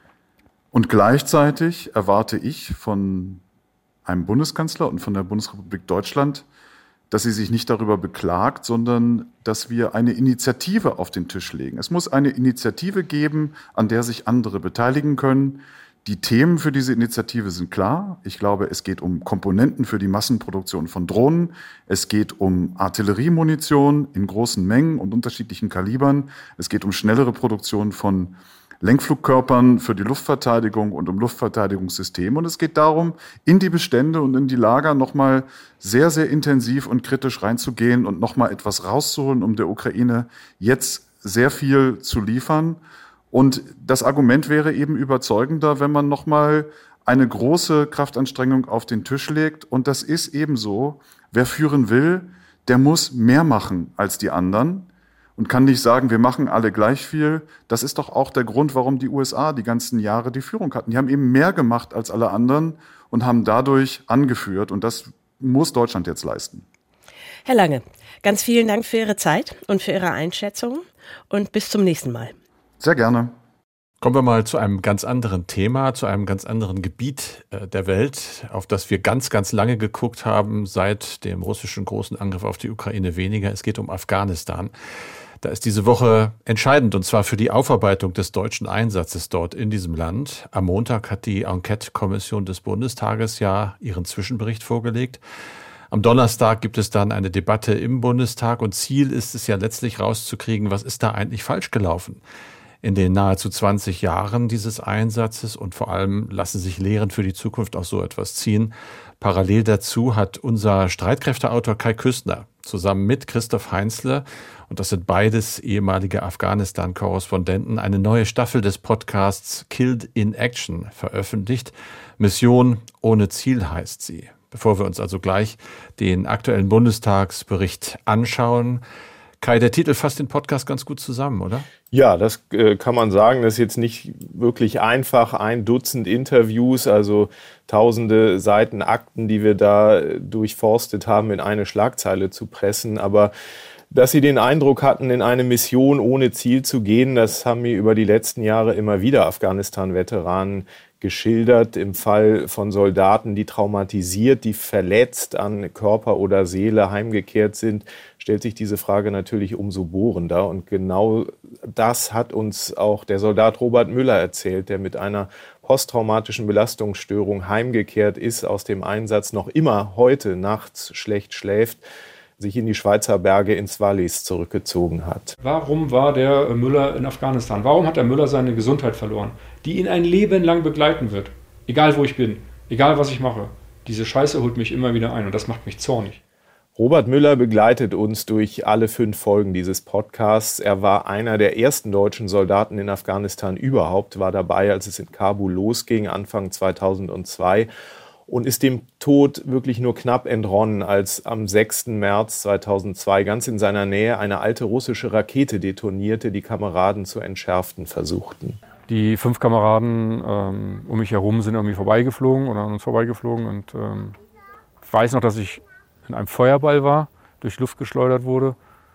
F: Und gleichzeitig erwarte ich von einem Bundeskanzler und von der Bundesrepublik Deutschland, dass sie sich nicht darüber beklagt, sondern dass wir eine Initiative auf den Tisch legen. Es muss eine Initiative geben, an der sich andere beteiligen können. Die Themen für diese Initiative sind klar. Ich glaube, es geht um Komponenten für die Massenproduktion von Drohnen. Es geht um Artilleriemunition in großen Mengen und unterschiedlichen Kalibern. Es geht um schnellere Produktion von Lenkflugkörpern für die Luftverteidigung und um Luftverteidigungssysteme. Und es geht darum, in die Bestände und in die Lager nochmal sehr, sehr intensiv und kritisch reinzugehen und nochmal etwas rauszuholen, um der Ukraine jetzt sehr viel zu liefern. Und das Argument wäre eben überzeugender, wenn man nochmal eine große Kraftanstrengung auf den Tisch legt. Und das ist eben so, wer führen will, der muss mehr machen als die anderen und kann nicht sagen, wir machen alle gleich viel. Das ist doch auch der Grund, warum die U S A die ganzen Jahre die Führung hatten. Die haben eben mehr gemacht als alle anderen und haben dadurch angeführt. Und das muss Deutschland jetzt leisten.
B: Herr Lange, ganz vielen Dank für Ihre Zeit und für Ihre Einschätzung und bis zum nächsten Mal.
F: Sehr gerne.
C: Kommen wir mal zu einem ganz anderen Thema, zu einem ganz anderen Gebiet der Welt, auf das wir ganz, ganz lange geguckt haben, seit dem russischen großen Angriff auf die Ukraine weniger. Es geht um Afghanistan. Da ist diese Woche entscheidend, und zwar für die Aufarbeitung des deutschen Einsatzes dort in diesem Land. Am Montag hat die Enquete-Kommission des Bundestages ja ihren Zwischenbericht vorgelegt. Am Donnerstag gibt es dann eine Debatte im Bundestag und Ziel ist es ja letztlich rauszukriegen, was ist da eigentlich falsch gelaufen in den nahezu zwanzig Jahren dieses Einsatzes, und vor allem lassen sich Lehren für die Zukunft aus so etwas ziehen. Parallel dazu hat unser Streitkräfteautor Kai Küstner zusammen mit Christoph Heinzle, und das sind beides ehemalige Afghanistan-Korrespondenten, eine neue Staffel des Podcasts Killed in Action veröffentlicht. Mission ohne Ziel heißt sie. Bevor wir uns also gleich den aktuellen Bundestagsbericht anschauen, Kai, der Titel fasst den Podcast ganz gut zusammen, oder?
G: Ja, das äh, kann man sagen. Das ist jetzt nicht wirklich einfach. Ein Dutzend Interviews, also tausende Seiten Akten, die wir da durchforstet haben, in eine Schlagzeile zu pressen. Aber dass Sie den Eindruck hatten, in eine Mission ohne Ziel zu gehen, das haben mir über die letzten Jahre immer wieder Afghanistan-Veteranen geschildert, im Fall von Soldaten, die traumatisiert, die verletzt an Körper oder Seele heimgekehrt sind, stellt sich diese Frage natürlich umso bohrender. Und genau das hat uns auch der Soldat Robert Müller erzählt, der mit einer posttraumatischen Belastungsstörung heimgekehrt ist, aus dem Einsatz noch immer heute nachts schlecht schläft, sich in die Schweizer Berge ins Wallis zurückgezogen hat.
A: Warum war der Müller in Afghanistan? Warum hat der Müller seine Gesundheit verloren, die ihn ein Leben lang begleiten wird? Egal wo ich bin, egal was ich mache. Diese Scheiße holt mich immer wieder ein und das macht mich zornig.
G: Robert Müller begleitet uns durch alle fünf Folgen dieses Podcasts. Er war einer der ersten deutschen Soldaten in Afghanistan überhaupt, war dabei, als es in Kabul losging, Anfang zweitausendzwei. Und ist dem Tod wirklich nur knapp entronnen, als am sechsten März zweitausendzwei ganz in seiner Nähe eine alte russische Rakete detonierte, die Kameraden zu entschärfen versuchten.
A: Die fünf Kameraden ähm, um mich herum sind irgendwie vorbeigeflogen oder an uns vorbeigeflogen. Und ähm, ich weiß noch, dass ich in einem Feuerball war, durch Luft geschleudert wurde.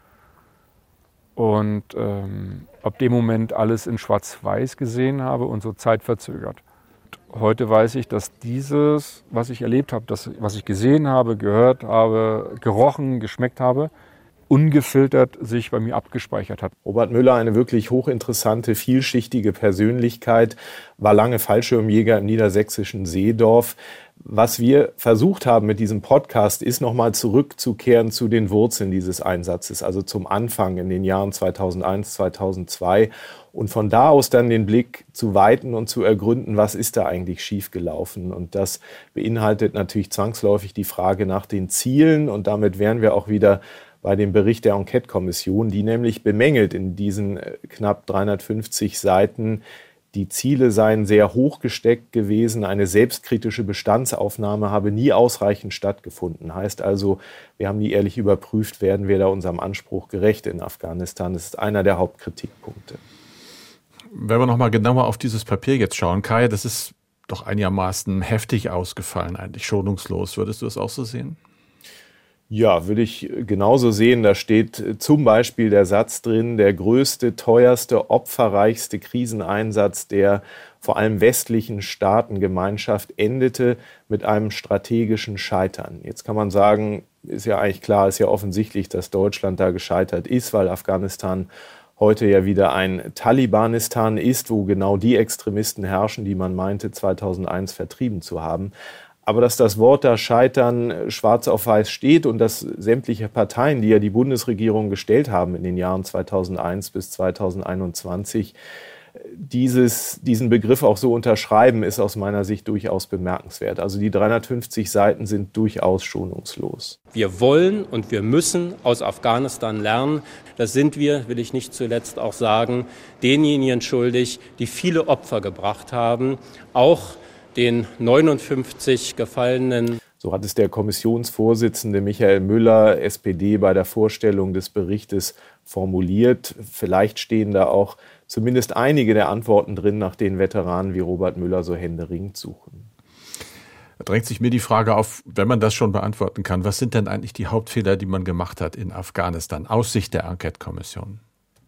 A: Und ähm, ab dem Moment alles in Schwarz-Weiß gesehen habe und so zeitverzögert. Heute weiß ich, dass dieses, was ich erlebt habe, das, was ich gesehen habe, gehört habe, gerochen, geschmeckt habe, ungefiltert sich bei mir abgespeichert hat.
G: Robert Müller, eine wirklich hochinteressante, vielschichtige Persönlichkeit, war lange Fallschirmjäger im niedersächsischen Seedorf. Was wir versucht haben mit diesem Podcast, ist nochmal zurückzukehren zu den Wurzeln dieses Einsatzes, also zum Anfang in den Jahren zweitausendeins, zweitausendzwei. Und von da aus dann den Blick zu weiten und zu ergründen, was ist da eigentlich schiefgelaufen. Und das beinhaltet natürlich zwangsläufig die Frage nach den Zielen. Und damit wären wir auch wieder bei dem Bericht der Enquete-Kommission, die nämlich bemängelt in diesen knapp dreihundertfünfzig Seiten, die Ziele seien sehr hoch gesteckt gewesen, eine selbstkritische Bestandsaufnahme habe nie ausreichend stattgefunden. Heißt also, wir haben nie ehrlich überprüft, werden wir da unserem Anspruch gerecht in Afghanistan. Das ist einer der Hauptkritikpunkte.
C: Wenn wir nochmal genauer auf dieses Papier jetzt schauen, Kai, das ist doch einigermaßen heftig ausgefallen, eigentlich schonungslos. Würdest du das auch so sehen?
G: Ja, würde ich genauso sehen. Da steht zum Beispiel der Satz drin, der größte, teuerste, opferreichste Kriseneinsatz der vor allem westlichen Staatengemeinschaft endete mit einem strategischen Scheitern. Jetzt kann man sagen, ist ja eigentlich klar, ist ja offensichtlich, dass Deutschland da gescheitert ist, weil Afghanistan heute ja wieder ein Talibanistan ist, wo genau die Extremisten herrschen, die man meinte, zweitausendeins vertrieben zu haben. Aber dass das Wort da Scheitern schwarz auf weiß steht und dass sämtliche Parteien, die ja die Bundesregierung gestellt haben in den Jahren zweitausendeins bis zweitausendeinundzwanzig, Dieses, diesen Begriff auch so unterschreiben, ist aus meiner Sicht durchaus bemerkenswert. Also die dreihundertfünfzig Seiten sind durchaus schonungslos.
H: Wir wollen und wir müssen aus Afghanistan lernen. Das sind wir, will ich nicht zuletzt auch sagen, denjenigen schuldig, die viele Opfer gebracht haben, auch den neunundfünfzig gefallenen.
G: So hat es der Kommissionsvorsitzende Michael Müller, S P D, bei der Vorstellung des Berichtes formuliert. Vielleicht stehen da auch zumindest einige der Antworten drin, nach denen Veteranen wie Robert Müller so händeringend suchen.
C: Da drängt sich mir die Frage auf, wenn man das schon beantworten kann, was sind denn eigentlich die Hauptfehler, die man gemacht hat in Afghanistan aus Sicht der Enquete-Kommission?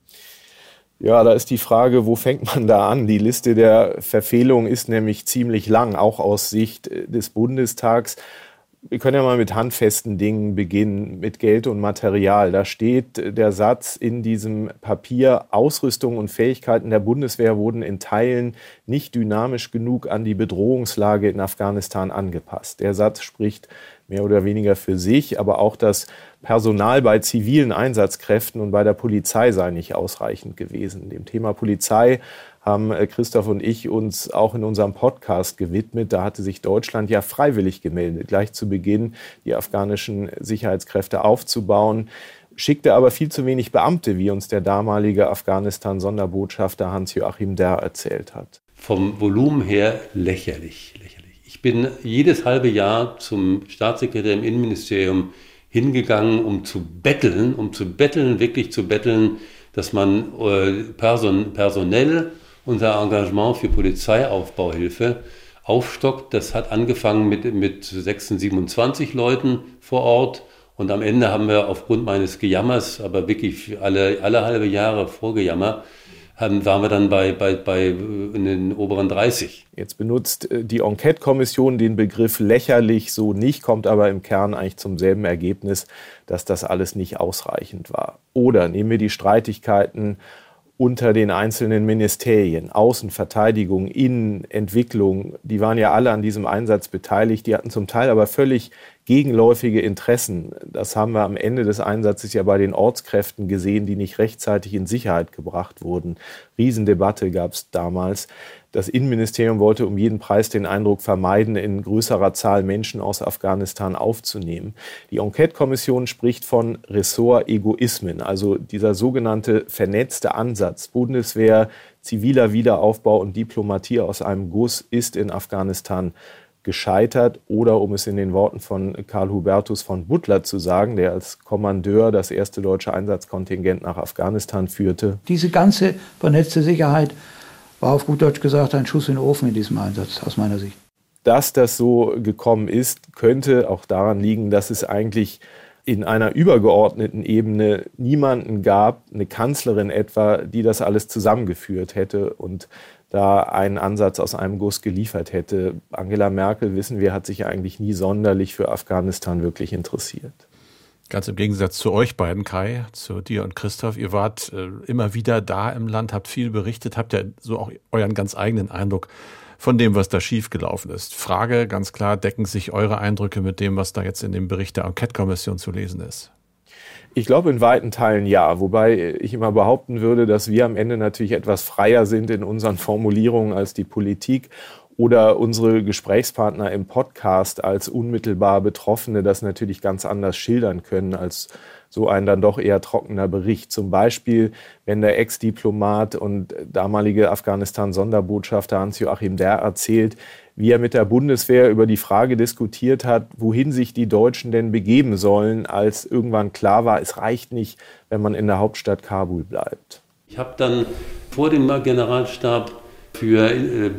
G: Ja, da ist die Frage, wo fängt man da an? Die Liste der Verfehlungen ist nämlich ziemlich lang, auch aus Sicht des Bundestags. Wir können ja mal mit handfesten Dingen beginnen, mit Geld und Material. Da steht der Satz in diesem Papier, Ausrüstung und Fähigkeiten der Bundeswehr wurden in Teilen nicht dynamisch genug an die Bedrohungslage in Afghanistan angepasst. Der Satz spricht mehr oder weniger für sich, aber auch das Personal bei zivilen Einsatzkräften und bei der Polizei sei nicht ausreichend gewesen. Dem Thema Polizei haben Christoph und ich uns auch in unserem Podcast gewidmet. Da hatte sich Deutschland ja freiwillig gemeldet, gleich zu Beginn die afghanischen Sicherheitskräfte aufzubauen, schickte aber viel zu wenig Beamte, wie uns der damalige Afghanistan-Sonderbotschafter Hans-Joachim Derr erzählt hat.
I: Vom Volumen her lächerlich, lächerlich. Ich bin jedes halbe Jahr zum Staatssekretär im Innenministerium hingegangen, um zu betteln, um zu betteln, wirklich zu betteln, dass man äh, person, personell unser Engagement für Polizeiaufbauhilfe aufstockt. Das hat angefangen mit, mit sechsundzwanzig, siebenundzwanzig Leuten vor Ort. Und am Ende haben wir aufgrund meines Gejammers, aber wirklich alle, alle halbe Jahre Vorgejammer, haben, waren wir dann bei, bei, bei in den oberen dreißig.
G: Jetzt benutzt die Enquete-Kommission den Begriff lächerlich so nicht, kommt aber im Kern eigentlich zum selben Ergebnis, dass das alles nicht ausreichend war. Oder nehmen wir die Streitigkeiten unter den einzelnen Ministerien, Außen, Verteidigung, Innen, Entwicklung, die waren ja alle an diesem Einsatz beteiligt, die hatten zum Teil aber völlig gegenläufige Interessen. Das haben wir am Ende des Einsatzes ja bei den Ortskräften gesehen, die nicht rechtzeitig in Sicherheit gebracht wurden. Riesendebatte gab es damals. Das Innenministerium wollte um jeden Preis den Eindruck vermeiden, in größerer Zahl Menschen aus Afghanistan aufzunehmen. Die Enquete-Kommission spricht von Ressort-Egoismen, also dieser sogenannte vernetzte Ansatz. Bundeswehr, ziviler Wiederaufbau und Diplomatie aus einem Guss ist in Afghanistan gescheitert. Oder um es in den Worten von Karl Hubertus von Butler zu sagen, der als Kommandeur das erste deutsche Einsatzkontingent nach Afghanistan führte.
J: Diese ganze vernetzte Sicherheit war auf gut Deutsch gesagt ein Schuss in den Ofen in diesem Einsatz, aus meiner Sicht.
G: Dass das so gekommen ist, könnte auch daran liegen, dass es eigentlich in einer übergeordneten Ebene niemanden gab, eine Kanzlerin etwa, die das alles zusammengeführt hätte und da einen Ansatz aus einem Guss geliefert hätte. Angela Merkel, wissen wir, hat sich ja eigentlich nie sonderlich für Afghanistan wirklich interessiert.
C: Ganz im Gegensatz zu euch beiden, Kai, zu dir und Christoph. Ihr wart äh, immer wieder da im Land, habt viel berichtet, habt ja so auch euren ganz eigenen Eindruck von dem, was da schiefgelaufen ist. Frage ganz klar, decken sich eure Eindrücke mit dem, was da jetzt in dem Bericht der Enquete-Kommission zu lesen ist?
G: Ich glaube in weiten Teilen ja, wobei ich immer behaupten würde, dass wir am Ende natürlich etwas freier sind in unseren Formulierungen als die Politik oder unsere Gesprächspartner im Podcast als unmittelbar Betroffene das natürlich ganz anders schildern können als so ein dann doch eher trockener Bericht. Zum Beispiel, wenn der Ex-Diplomat und damalige Afghanistan-Sonderbotschafter Hans-Joachim Derr erzählt, wie er mit der Bundeswehr über die Frage diskutiert hat, wohin sich die Deutschen denn begeben sollen, als irgendwann klar war, es reicht nicht, wenn man in der Hauptstadt Kabul bleibt.
I: Ich habe dann vor dem Generalstab für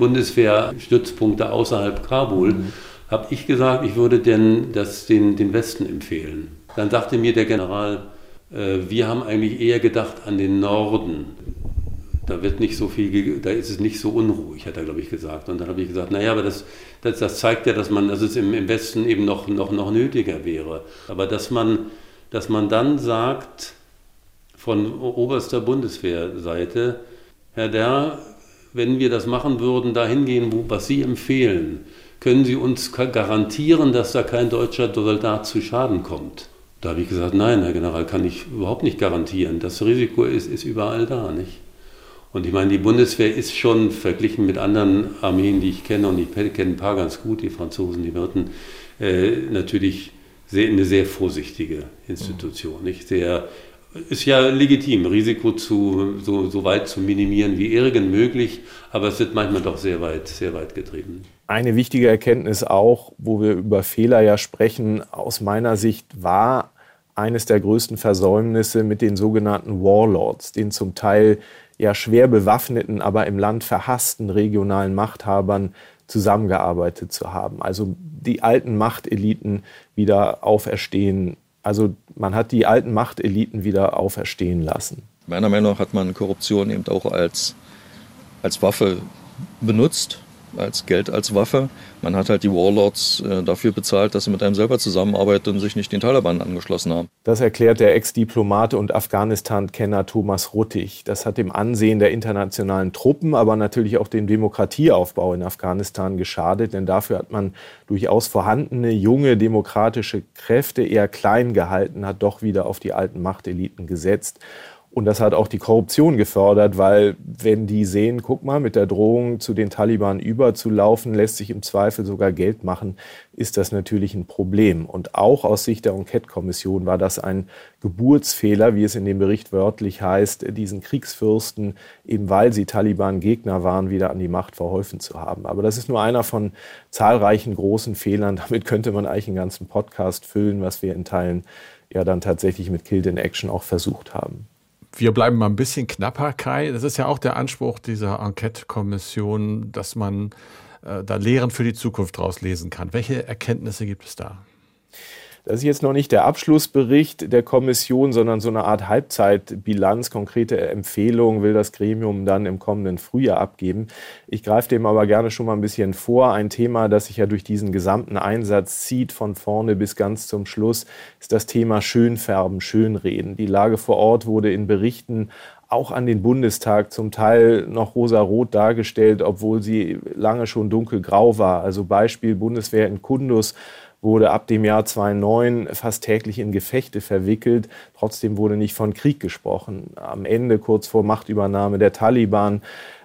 I: Bundeswehrstützpunkte außerhalb Kabul, mhm. habe ich gesagt, ich würde denn das den, den Westen empfehlen. Dann sagte mir der General, äh, wir haben eigentlich eher gedacht an den Norden. Da wird nicht so viel, da ist es nicht so unruhig, hat er, glaube ich, gesagt. Und dann habe ich gesagt, naja, aber das, das, das zeigt ja, dass man, dass es im, im Westen eben noch, noch, noch nötiger wäre. Aber dass man, dass man dann sagt, von oberster Bundeswehrseite, Herr Derr, wenn wir das machen würden, dahin gehen, wo, was Sie empfehlen, können Sie uns garantieren, dass da kein deutscher Soldat zu Schaden kommt? Da habe ich gesagt, nein, Herr General, kann ich überhaupt nicht garantieren. Das Risiko ist, ist überall da, nicht? Und ich meine, die Bundeswehr ist schon verglichen mit anderen Armeen, die ich kenne, und ich kenne ein paar ganz gut, die Franzosen, die Briten, äh, natürlich sehr, eine sehr vorsichtige Institution. Nicht? Sehr, ist ja legitim, Risiko zu, so, so weit zu minimieren wie irgend möglich, aber es wird manchmal doch sehr weit, sehr weit getrieben.
G: Eine wichtige Erkenntnis auch, wo wir über Fehler ja sprechen, aus meiner Sicht war eines der größten Versäumnisse mit den sogenannten Warlords, den zum Teil ja schwer bewaffneten, aber im Land verhassten regionalen Machthabern zusammengearbeitet zu haben. Also die alten Machteliten wieder auferstehen. Also man hat die alten Machteliten wieder auferstehen lassen.
K: Meiner Meinung nach hat man Korruption eben auch als, als Waffe benutzt, als Geld als Waffe. Man hat halt die Warlords äh, dafür bezahlt, dass sie mit einem selber zusammenarbeiten und sich nicht den Taliban angeschlossen haben.
G: Das erklärt der Ex-Diplomate und Afghanistan-Kenner Thomas Ruttig. Das hat dem Ansehen der internationalen Truppen, aber natürlich auch dem Demokratieaufbau in Afghanistan geschadet. Denn dafür hat man durchaus vorhandene, junge, demokratische Kräfte eher klein gehalten, hat doch wieder auf die alten Machteliten gesetzt. Und das hat auch die Korruption gefördert, weil wenn die sehen, guck mal, mit der Drohung zu den Taliban überzulaufen, lässt sich im Zweifel sogar Geld machen, ist das natürlich ein Problem. Und auch aus Sicht der Enquete-Kommission war das ein Geburtsfehler, wie es in dem Bericht wörtlich heißt, diesen Kriegsfürsten, eben weil sie Taliban-Gegner waren, wieder an die Macht verholfen zu haben. Aber das ist nur einer von zahlreichen großen Fehlern. Damit könnte man eigentlich einen ganzen Podcast füllen, was wir in Teilen ja dann tatsächlich mit Killed in Action auch versucht haben.
C: Wir bleiben mal ein bisschen knapper, Kai. Das ist ja auch der Anspruch dieser Enquete-Kommission, dass man äh, da Lehren für die Zukunft draus lesen kann. Welche Erkenntnisse gibt es da?
G: Das ist jetzt noch nicht der Abschlussbericht der Kommission, sondern so eine Art Halbzeitbilanz. Konkrete Empfehlungen will das Gremium dann im kommenden Frühjahr abgeben. Ich greife dem aber gerne schon mal ein bisschen vor. Ein Thema, das sich ja durch diesen gesamten Einsatz zieht, von vorne bis ganz zum Schluss, ist das Thema Schönfärben, Schönreden. Die Lage vor Ort wurde in Berichten auch an den Bundestag zum Teil noch rosarot dargestellt, obwohl sie lange schon dunkelgrau war. Also Beispiel Bundeswehr in Kunduz wurde ab dem Jahr zweitausendneun fast täglich in Gefechte verwickelt. Trotzdem wurde nicht von Krieg gesprochen. Am Ende, kurz vor Machtübernahme der Taliban,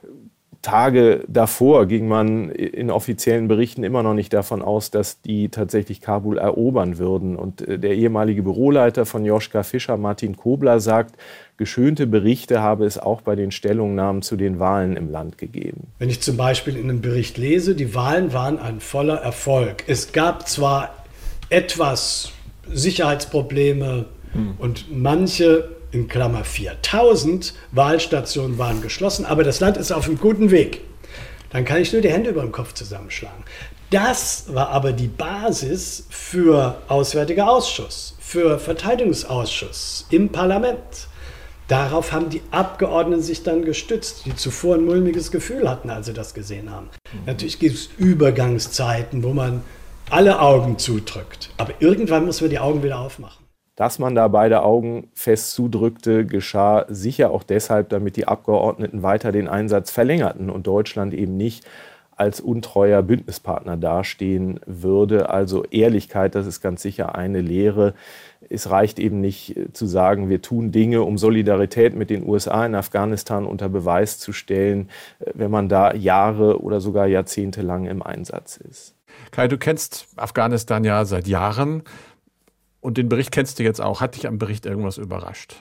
G: Tage davor ging man in offiziellen Berichten immer noch nicht davon aus, dass die tatsächlich Kabul erobern würden. Und der ehemalige Büroleiter von Joschka Fischer, Martin Kobler, sagt, geschönte Berichte habe es auch bei den Stellungnahmen zu den Wahlen im Land gegeben.
L: Wenn ich zum Beispiel in einem Bericht lese, die Wahlen waren ein voller Erfolg. Es gab zwar etwas Sicherheitsprobleme hm. und manche, in Klammer viertausend, Wahlstationen waren geschlossen, aber das Land ist auf einem guten Weg. Dann kann ich nur die Hände über den Kopf zusammenschlagen. Das war aber die Basis für Auswärtiger Ausschuss, für Verteidigungsausschuss im Parlament. Darauf haben die Abgeordneten sich dann gestützt, die zuvor ein mulmiges Gefühl hatten, als sie das gesehen haben. Mhm. Natürlich gibt es Übergangszeiten, wo man alle Augen zudrückt. Aber irgendwann muss man die Augen wieder aufmachen.
G: Dass man da beide Augen fest zudrückte, geschah sicher auch deshalb, damit die Abgeordneten weiter den Einsatz verlängerten und Deutschland eben nicht als untreuer Bündnispartner dastehen würde. Also Ehrlichkeit, das ist ganz sicher eine Lehre. Es reicht eben nicht zu sagen, wir tun Dinge, um Solidarität mit den U S A in Afghanistan unter Beweis zu stellen, wenn man da Jahre oder sogar Jahrzehnte lang im Einsatz ist.
C: Kai, du kennst Afghanistan ja seit Jahren und den Bericht kennst du jetzt auch. Hat dich am Bericht irgendwas überrascht?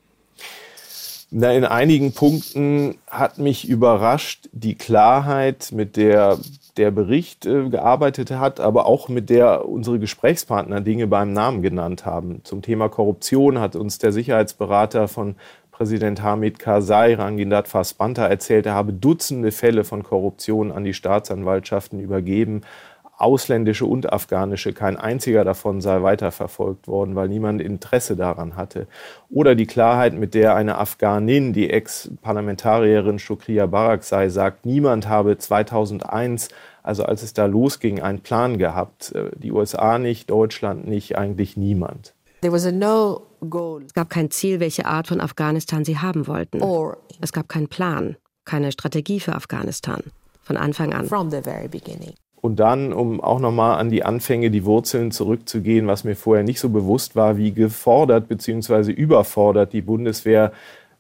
G: Na, in einigen Punkten hat mich überrascht die Klarheit, mit der der Bericht äh, gearbeitet hat, aber auch mit der unsere Gesprächspartner Dinge beim Namen genannt haben. Zum Thema Korruption hat uns der Sicherheitsberater von Präsident Hamid Karzai, Rangindat Fassbanta, erzählt, er habe Dutzende Fälle von Korruption an die Staatsanwaltschaften übergeben. Ausländische und afghanische, kein einziger davon sei weiterverfolgt worden, weil niemand Interesse daran hatte. Oder die Klarheit, mit der eine Afghanin, die Ex-Parlamentarierin Shukriya Barakzai, sagt, niemand habe zweitausendeins, also als es da losging, einen Plan gehabt. Die U S A nicht, Deutschland nicht, eigentlich niemand.
M: Es gab kein Ziel, welche Art von Afghanistan sie haben wollten. Es gab keinen Plan, keine Strategie für Afghanistan. Von Anfang an.
G: Und dann, um auch nochmal an die Anfänge, die Wurzeln zurückzugehen, was mir vorher nicht so bewusst war, wie gefordert bzw. überfordert die Bundeswehr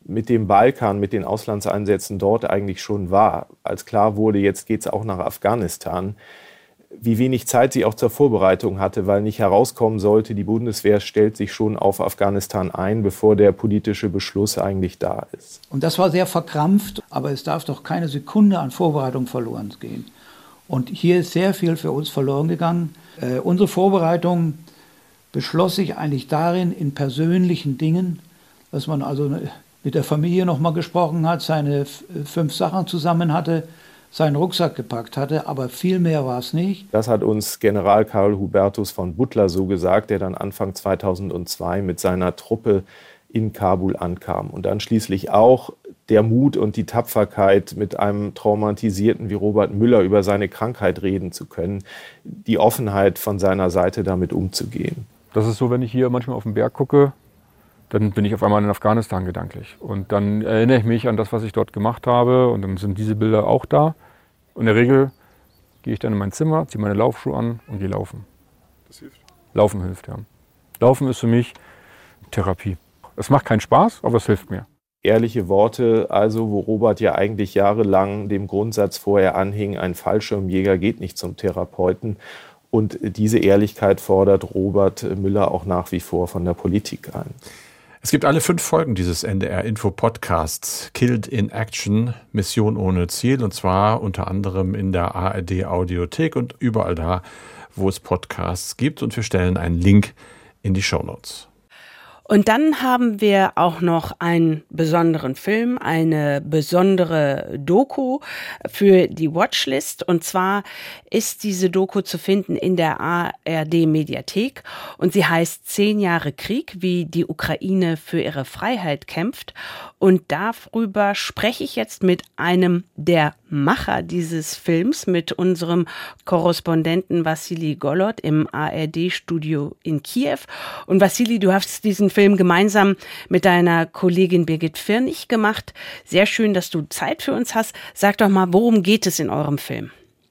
G: mit dem Balkan, mit den Auslandseinsätzen dort eigentlich schon war, als klar wurde, jetzt geht es auch nach Afghanistan, wie wenig Zeit sie auch zur Vorbereitung hatte, weil nicht herauskommen sollte, die Bundeswehr stellt sich schon auf Afghanistan ein, bevor der politische Beschluss eigentlich da ist.
J: Und das war sehr verkrampft, aber es darf doch keine Sekunde an Vorbereitung verloren gehen. Und hier ist sehr viel für uns verloren gegangen. Äh, unsere Vorbereitung beschloss sich eigentlich darin, in persönlichen Dingen, dass man also mit der Familie noch mal gesprochen hat, seine fünf Sachen zusammen hatte, seinen Rucksack gepackt hatte, aber viel mehr war es nicht.
G: Das hat uns General Karl Hubertus von Butler so gesagt, der dann Anfang zweitausendzwei mit seiner Truppe in Kabul ankam. Und dann schließlich auch der Mut und die Tapferkeit, mit einem Traumatisierten wie Robert Müller über seine Krankheit reden zu können, die Offenheit von seiner Seite damit umzugehen.
A: Das ist so, wenn ich hier manchmal auf den Berg gucke, dann bin ich auf einmal in Afghanistan gedanklich. Und dann erinnere ich mich an das, was ich dort gemacht habe. Und dann sind diese Bilder auch da. Und in der Regel gehe ich dann in mein Zimmer, ziehe meine Laufschuhe an und gehe laufen. Das hilft? Laufen hilft, ja. Laufen ist für mich Therapie. Es macht keinen Spaß, aber es hilft mir.
G: Ehrliche Worte, also wo Robert ja eigentlich jahrelang dem Grundsatz vorher anhing, ein Fallschirmjäger geht nicht zum Therapeuten. Und diese Ehrlichkeit fordert Robert Müller auch nach wie vor von der Politik ein.
C: Es gibt alle fünf Folgen dieses N D R-Info-Podcasts Killed in Action, Mission ohne Ziel, und zwar unter anderem in der A R D-Audiothek und überall da, wo es Podcasts gibt. Und wir stellen einen Link in die Shownotes.
B: Und dann haben wir auch noch einen besonderen Film, eine besondere Doku für die Watchlist. Und zwar ist diese Doku zu finden in der A R D-Mediathek. Und sie heißt Zehn Jahre Krieg, wie die Ukraine für ihre Freiheit kämpft. Und darüber spreche ich jetzt mit einem der Macher dieses Films, mit unserem Korrespondenten Wassili Golod im A R D-Studio in Kiew. Und Wassili, du hast diesen Film gemeinsam mit deiner Kollegin Birgit Firnig gemacht. Sehr schön, dass du Zeit für uns hast. Sag doch mal, worum geht es in eurem Film?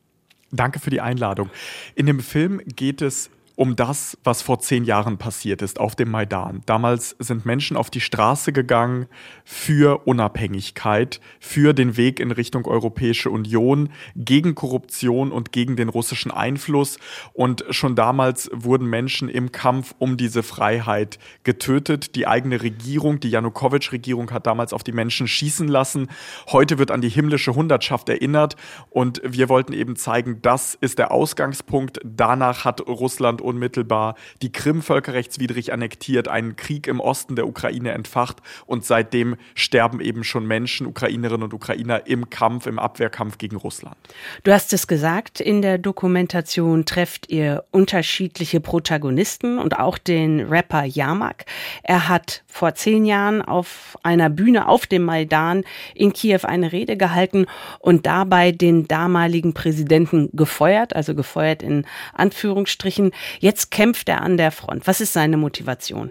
N: Danke für die Einladung. In dem Film geht es um das, was vor zehn Jahren passiert ist auf dem Maidan. Damals sind Menschen auf die Straße gegangen für Unabhängigkeit, für den Weg in Richtung Europäische Union, gegen Korruption und gegen den russischen Einfluss. Und schon damals wurden Menschen im Kampf um diese Freiheit getötet. Die eigene Regierung, die Janukowitsch-Regierung, hat damals auf die Menschen schießen lassen. Heute wird an die himmlische Hundertschaft erinnert. Und wir wollten eben zeigen, das ist der Ausgangspunkt. Danach hat Russland unmittelbar die Krim völkerrechtswidrig annektiert, einen Krieg im Osten der Ukraine entfacht, und seitdem sterben eben schon Menschen, Ukrainerinnen und Ukrainer, im Kampf, im Abwehrkampf gegen Russland.
B: Du hast es gesagt, in der Dokumentation trefft ihr unterschiedliche Protagonisten und auch den Rapper Yarmak. Er hat vor zehn Jahren auf einer Bühne auf dem Maidan in Kiew eine Rede gehalten und dabei den damaligen Präsidenten gefeuert, also gefeuert in Anführungsstrichen. Jetzt kämpft er an der Front. Was ist seine Motivation?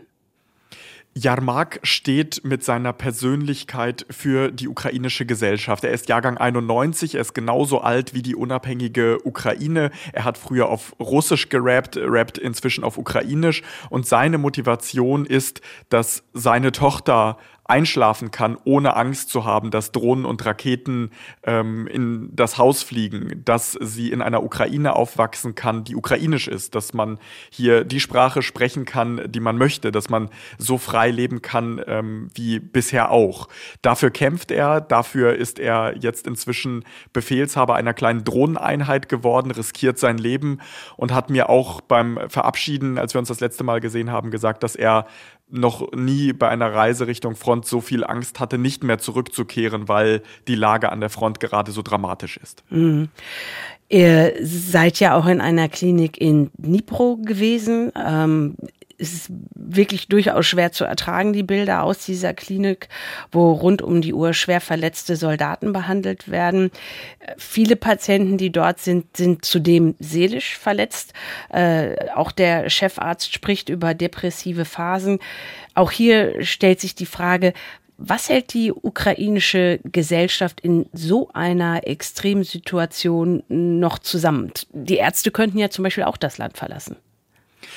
N: Yarmak steht mit seiner Persönlichkeit für die ukrainische Gesellschaft. Er ist Jahrgang einundneunzig, er ist genauso alt wie die unabhängige Ukraine. Er hat früher auf Russisch gerappt, rappt inzwischen auf Ukrainisch. Und seine Motivation ist, dass seine Tochter einschlafen kann, ohne Angst zu haben, dass Drohnen und Raketen ähm, in das Haus fliegen, dass sie in einer Ukraine aufwachsen kann, die ukrainisch ist, dass man hier die Sprache sprechen kann, die man möchte, dass man so frei leben kann ähm, wie bisher auch. Dafür kämpft er, dafür ist er jetzt inzwischen Befehlshaber einer kleinen Drohneneinheit geworden, riskiert sein Leben und hat mir auch beim Verabschieden, als wir uns das letzte Mal gesehen haben, gesagt, dass er noch nie bei einer Reise Richtung Front so viel Angst hatte, nicht mehr zurückzukehren, weil die Lage an der Front gerade so dramatisch ist.
B: Mhm. Ihr seid ja auch in einer Klinik in Dnipro gewesen. Ähm, es ist wirklich durchaus schwer zu ertragen, die Bilder aus dieser Klinik, wo rund um die Uhr schwer verletzte Soldaten behandelt werden. Viele Patienten, die dort sind, sind zudem seelisch verletzt. Äh, auch der Chefarzt spricht über depressive Phasen. Auch hier stellt sich die Frage, was hält die ukrainische Gesellschaft in so einer Extremsituation noch zusammen? Die Ärzte könnten ja zum Beispiel auch das Land verlassen.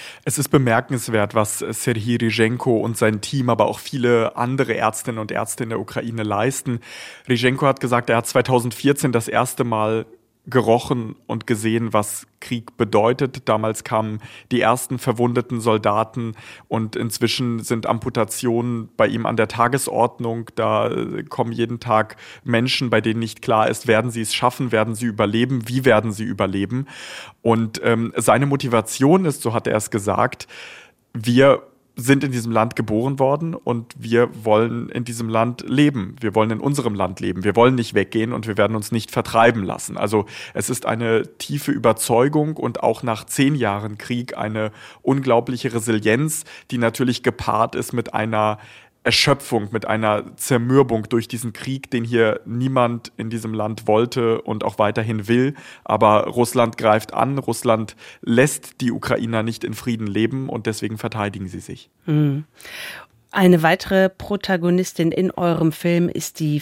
N: Es ist bemerkenswert, was Serhii Ryzhenko und sein Team, aber auch viele andere Ärztinnen und Ärzte in der Ukraine leisten. Ryzhenko hat gesagt, er hat zweitausendvierzehn das erste Mal gerochen und gesehen, was Krieg bedeutet. Damals kamen die ersten verwundeten Soldaten und inzwischen sind Amputationen bei ihm an der Tagesordnung. Da kommen jeden Tag Menschen, bei denen nicht klar ist, werden sie es schaffen, werden sie überleben, wie werden sie überleben. Und ähm, seine Motivation ist, so hat er es gesagt, wir sind in diesem Land geboren worden und wir wollen in diesem Land leben. Wir wollen in unserem Land leben. Wir wollen nicht weggehen und wir werden uns nicht vertreiben lassen. Also es ist eine tiefe Überzeugung und auch nach zehn Jahren Krieg eine unglaubliche Resilienz, die natürlich gepaart ist mit einer Erschöpfung, mit einer Zermürbung durch diesen Krieg, den hier niemand in diesem Land wollte und auch weiterhin will. Aber Russland greift an, Russland lässt die Ukrainer nicht in Frieden leben und deswegen verteidigen sie sich.
B: Mhm. Eine weitere Protagonistin in eurem Film ist die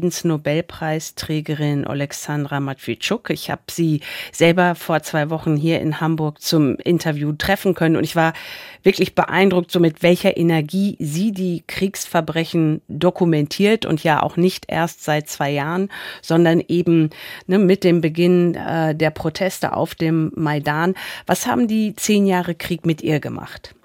B: Friedensnobelpreisträgerin Oleksandra Matwitschuk. Ich habe sie selber vor zwei Wochen hier in Hamburg zum Interview treffen können und ich war wirklich beeindruckt, so mit welcher Energie sie die Kriegsverbrechen dokumentiert und ja auch nicht erst seit zwei Jahren, sondern eben ne, mit dem Beginn äh, der Proteste auf dem Maidan. Was haben die zehn Jahre Krieg mit ihr gemacht?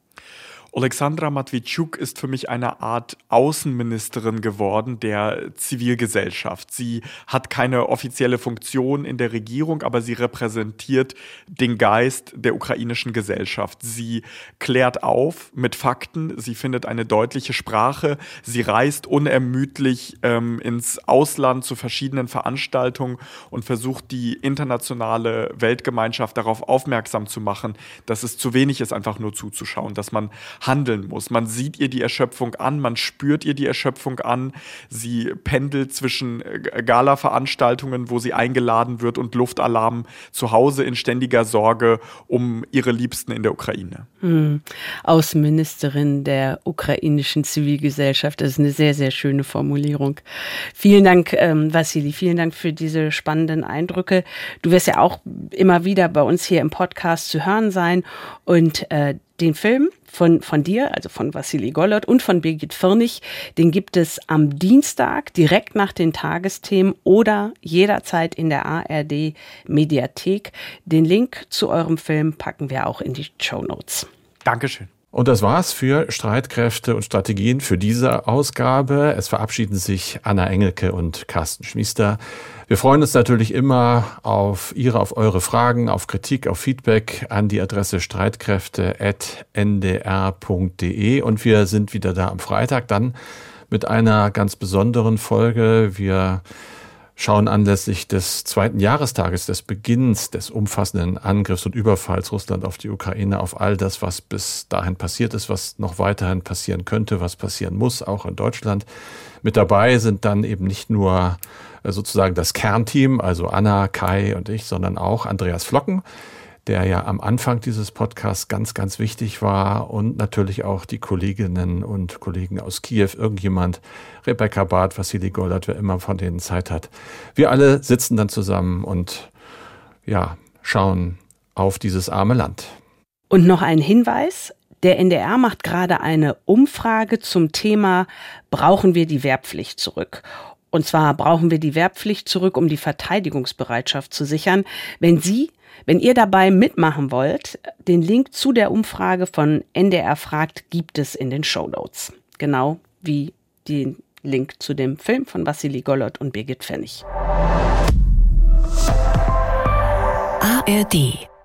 N: Oleksandra Matwitschuk ist für mich eine Art Außenministerin geworden der Zivilgesellschaft. Sie hat keine offizielle Funktion in der Regierung, aber sie repräsentiert den Geist der ukrainischen Gesellschaft. Sie klärt auf mit Fakten, sie findet eine deutliche Sprache, sie reist unermüdlich ähm, ins Ausland zu verschiedenen Veranstaltungen und versucht die internationale Weltgemeinschaft darauf aufmerksam zu machen, dass es zu wenig ist, einfach nur zuzuschauen, dass man handeln muss. Man sieht ihr die Erschöpfung an, man spürt ihr die Erschöpfung an. Sie pendelt zwischen Gala-Veranstaltungen, wo sie eingeladen wird, und Luftalarm zu Hause in ständiger Sorge um ihre Liebsten in der Ukraine.
B: Hm. Außenministerin der ukrainischen Zivilgesellschaft, das ist eine sehr, sehr schöne Formulierung. Vielen Dank, ähm, Wassili, vielen Dank für diese spannenden Eindrücke. Du wirst ja auch immer wieder bei uns hier im Podcast zu hören sein und äh, den Film von, von dir, also von Wassili Golod und von Birgit Firnig, den gibt es am Dienstag direkt nach den Tagesthemen oder jederzeit in der A R D Mediathek. Den Link zu eurem Film packen wir auch in die Shownotes.
N: Dankeschön.
C: Und das war's für Streitkräfte und Strategien für diese Ausgabe. Es verabschieden sich Anna Engelke und Carsten Schmiester. Wir freuen uns natürlich immer auf Ihre, auf eure Fragen, auf Kritik, auf Feedback an die Adresse streitkräfte at n d r punkt d e. Und wir sind wieder da am Freitag dann mit einer ganz besonderen Folge. Wir schauen anlässlich des zweiten Jahrestages des Beginns des umfassenden Angriffs und Überfalls Russland auf die Ukraine auf all das, was bis dahin passiert ist, was noch weiterhin passieren könnte, was passieren muss, auch in Deutschland. Mit dabei sind dann eben nicht nur sozusagen das Kernteam, also Anna, Kai und ich, sondern auch Andreas Flocken, der ja am Anfang dieses Podcasts ganz, ganz wichtig war, und natürlich auch die Kolleginnen und Kollegen aus Kiew, irgendjemand, Rebecca Barth, Wassili Golod, wer immer von denen Zeit hat. Wir alle sitzen dann zusammen und ja, schauen auf dieses arme Land.
B: Und noch ein Hinweis: Der N D R macht gerade eine Umfrage zum Thema: Brauchen wir die Wehrpflicht zurück? Und zwar brauchen wir die Wehrpflicht zurück, um die Verteidigungsbereitschaft zu sichern. Wenn Sie, wenn ihr dabei mitmachen wollt, den Link zu der Umfrage von N D R fragt gibt es in den Shownotes. Genau wie den Link zu dem Film von Wassili Golod und Birgit Firnig.
O: A R D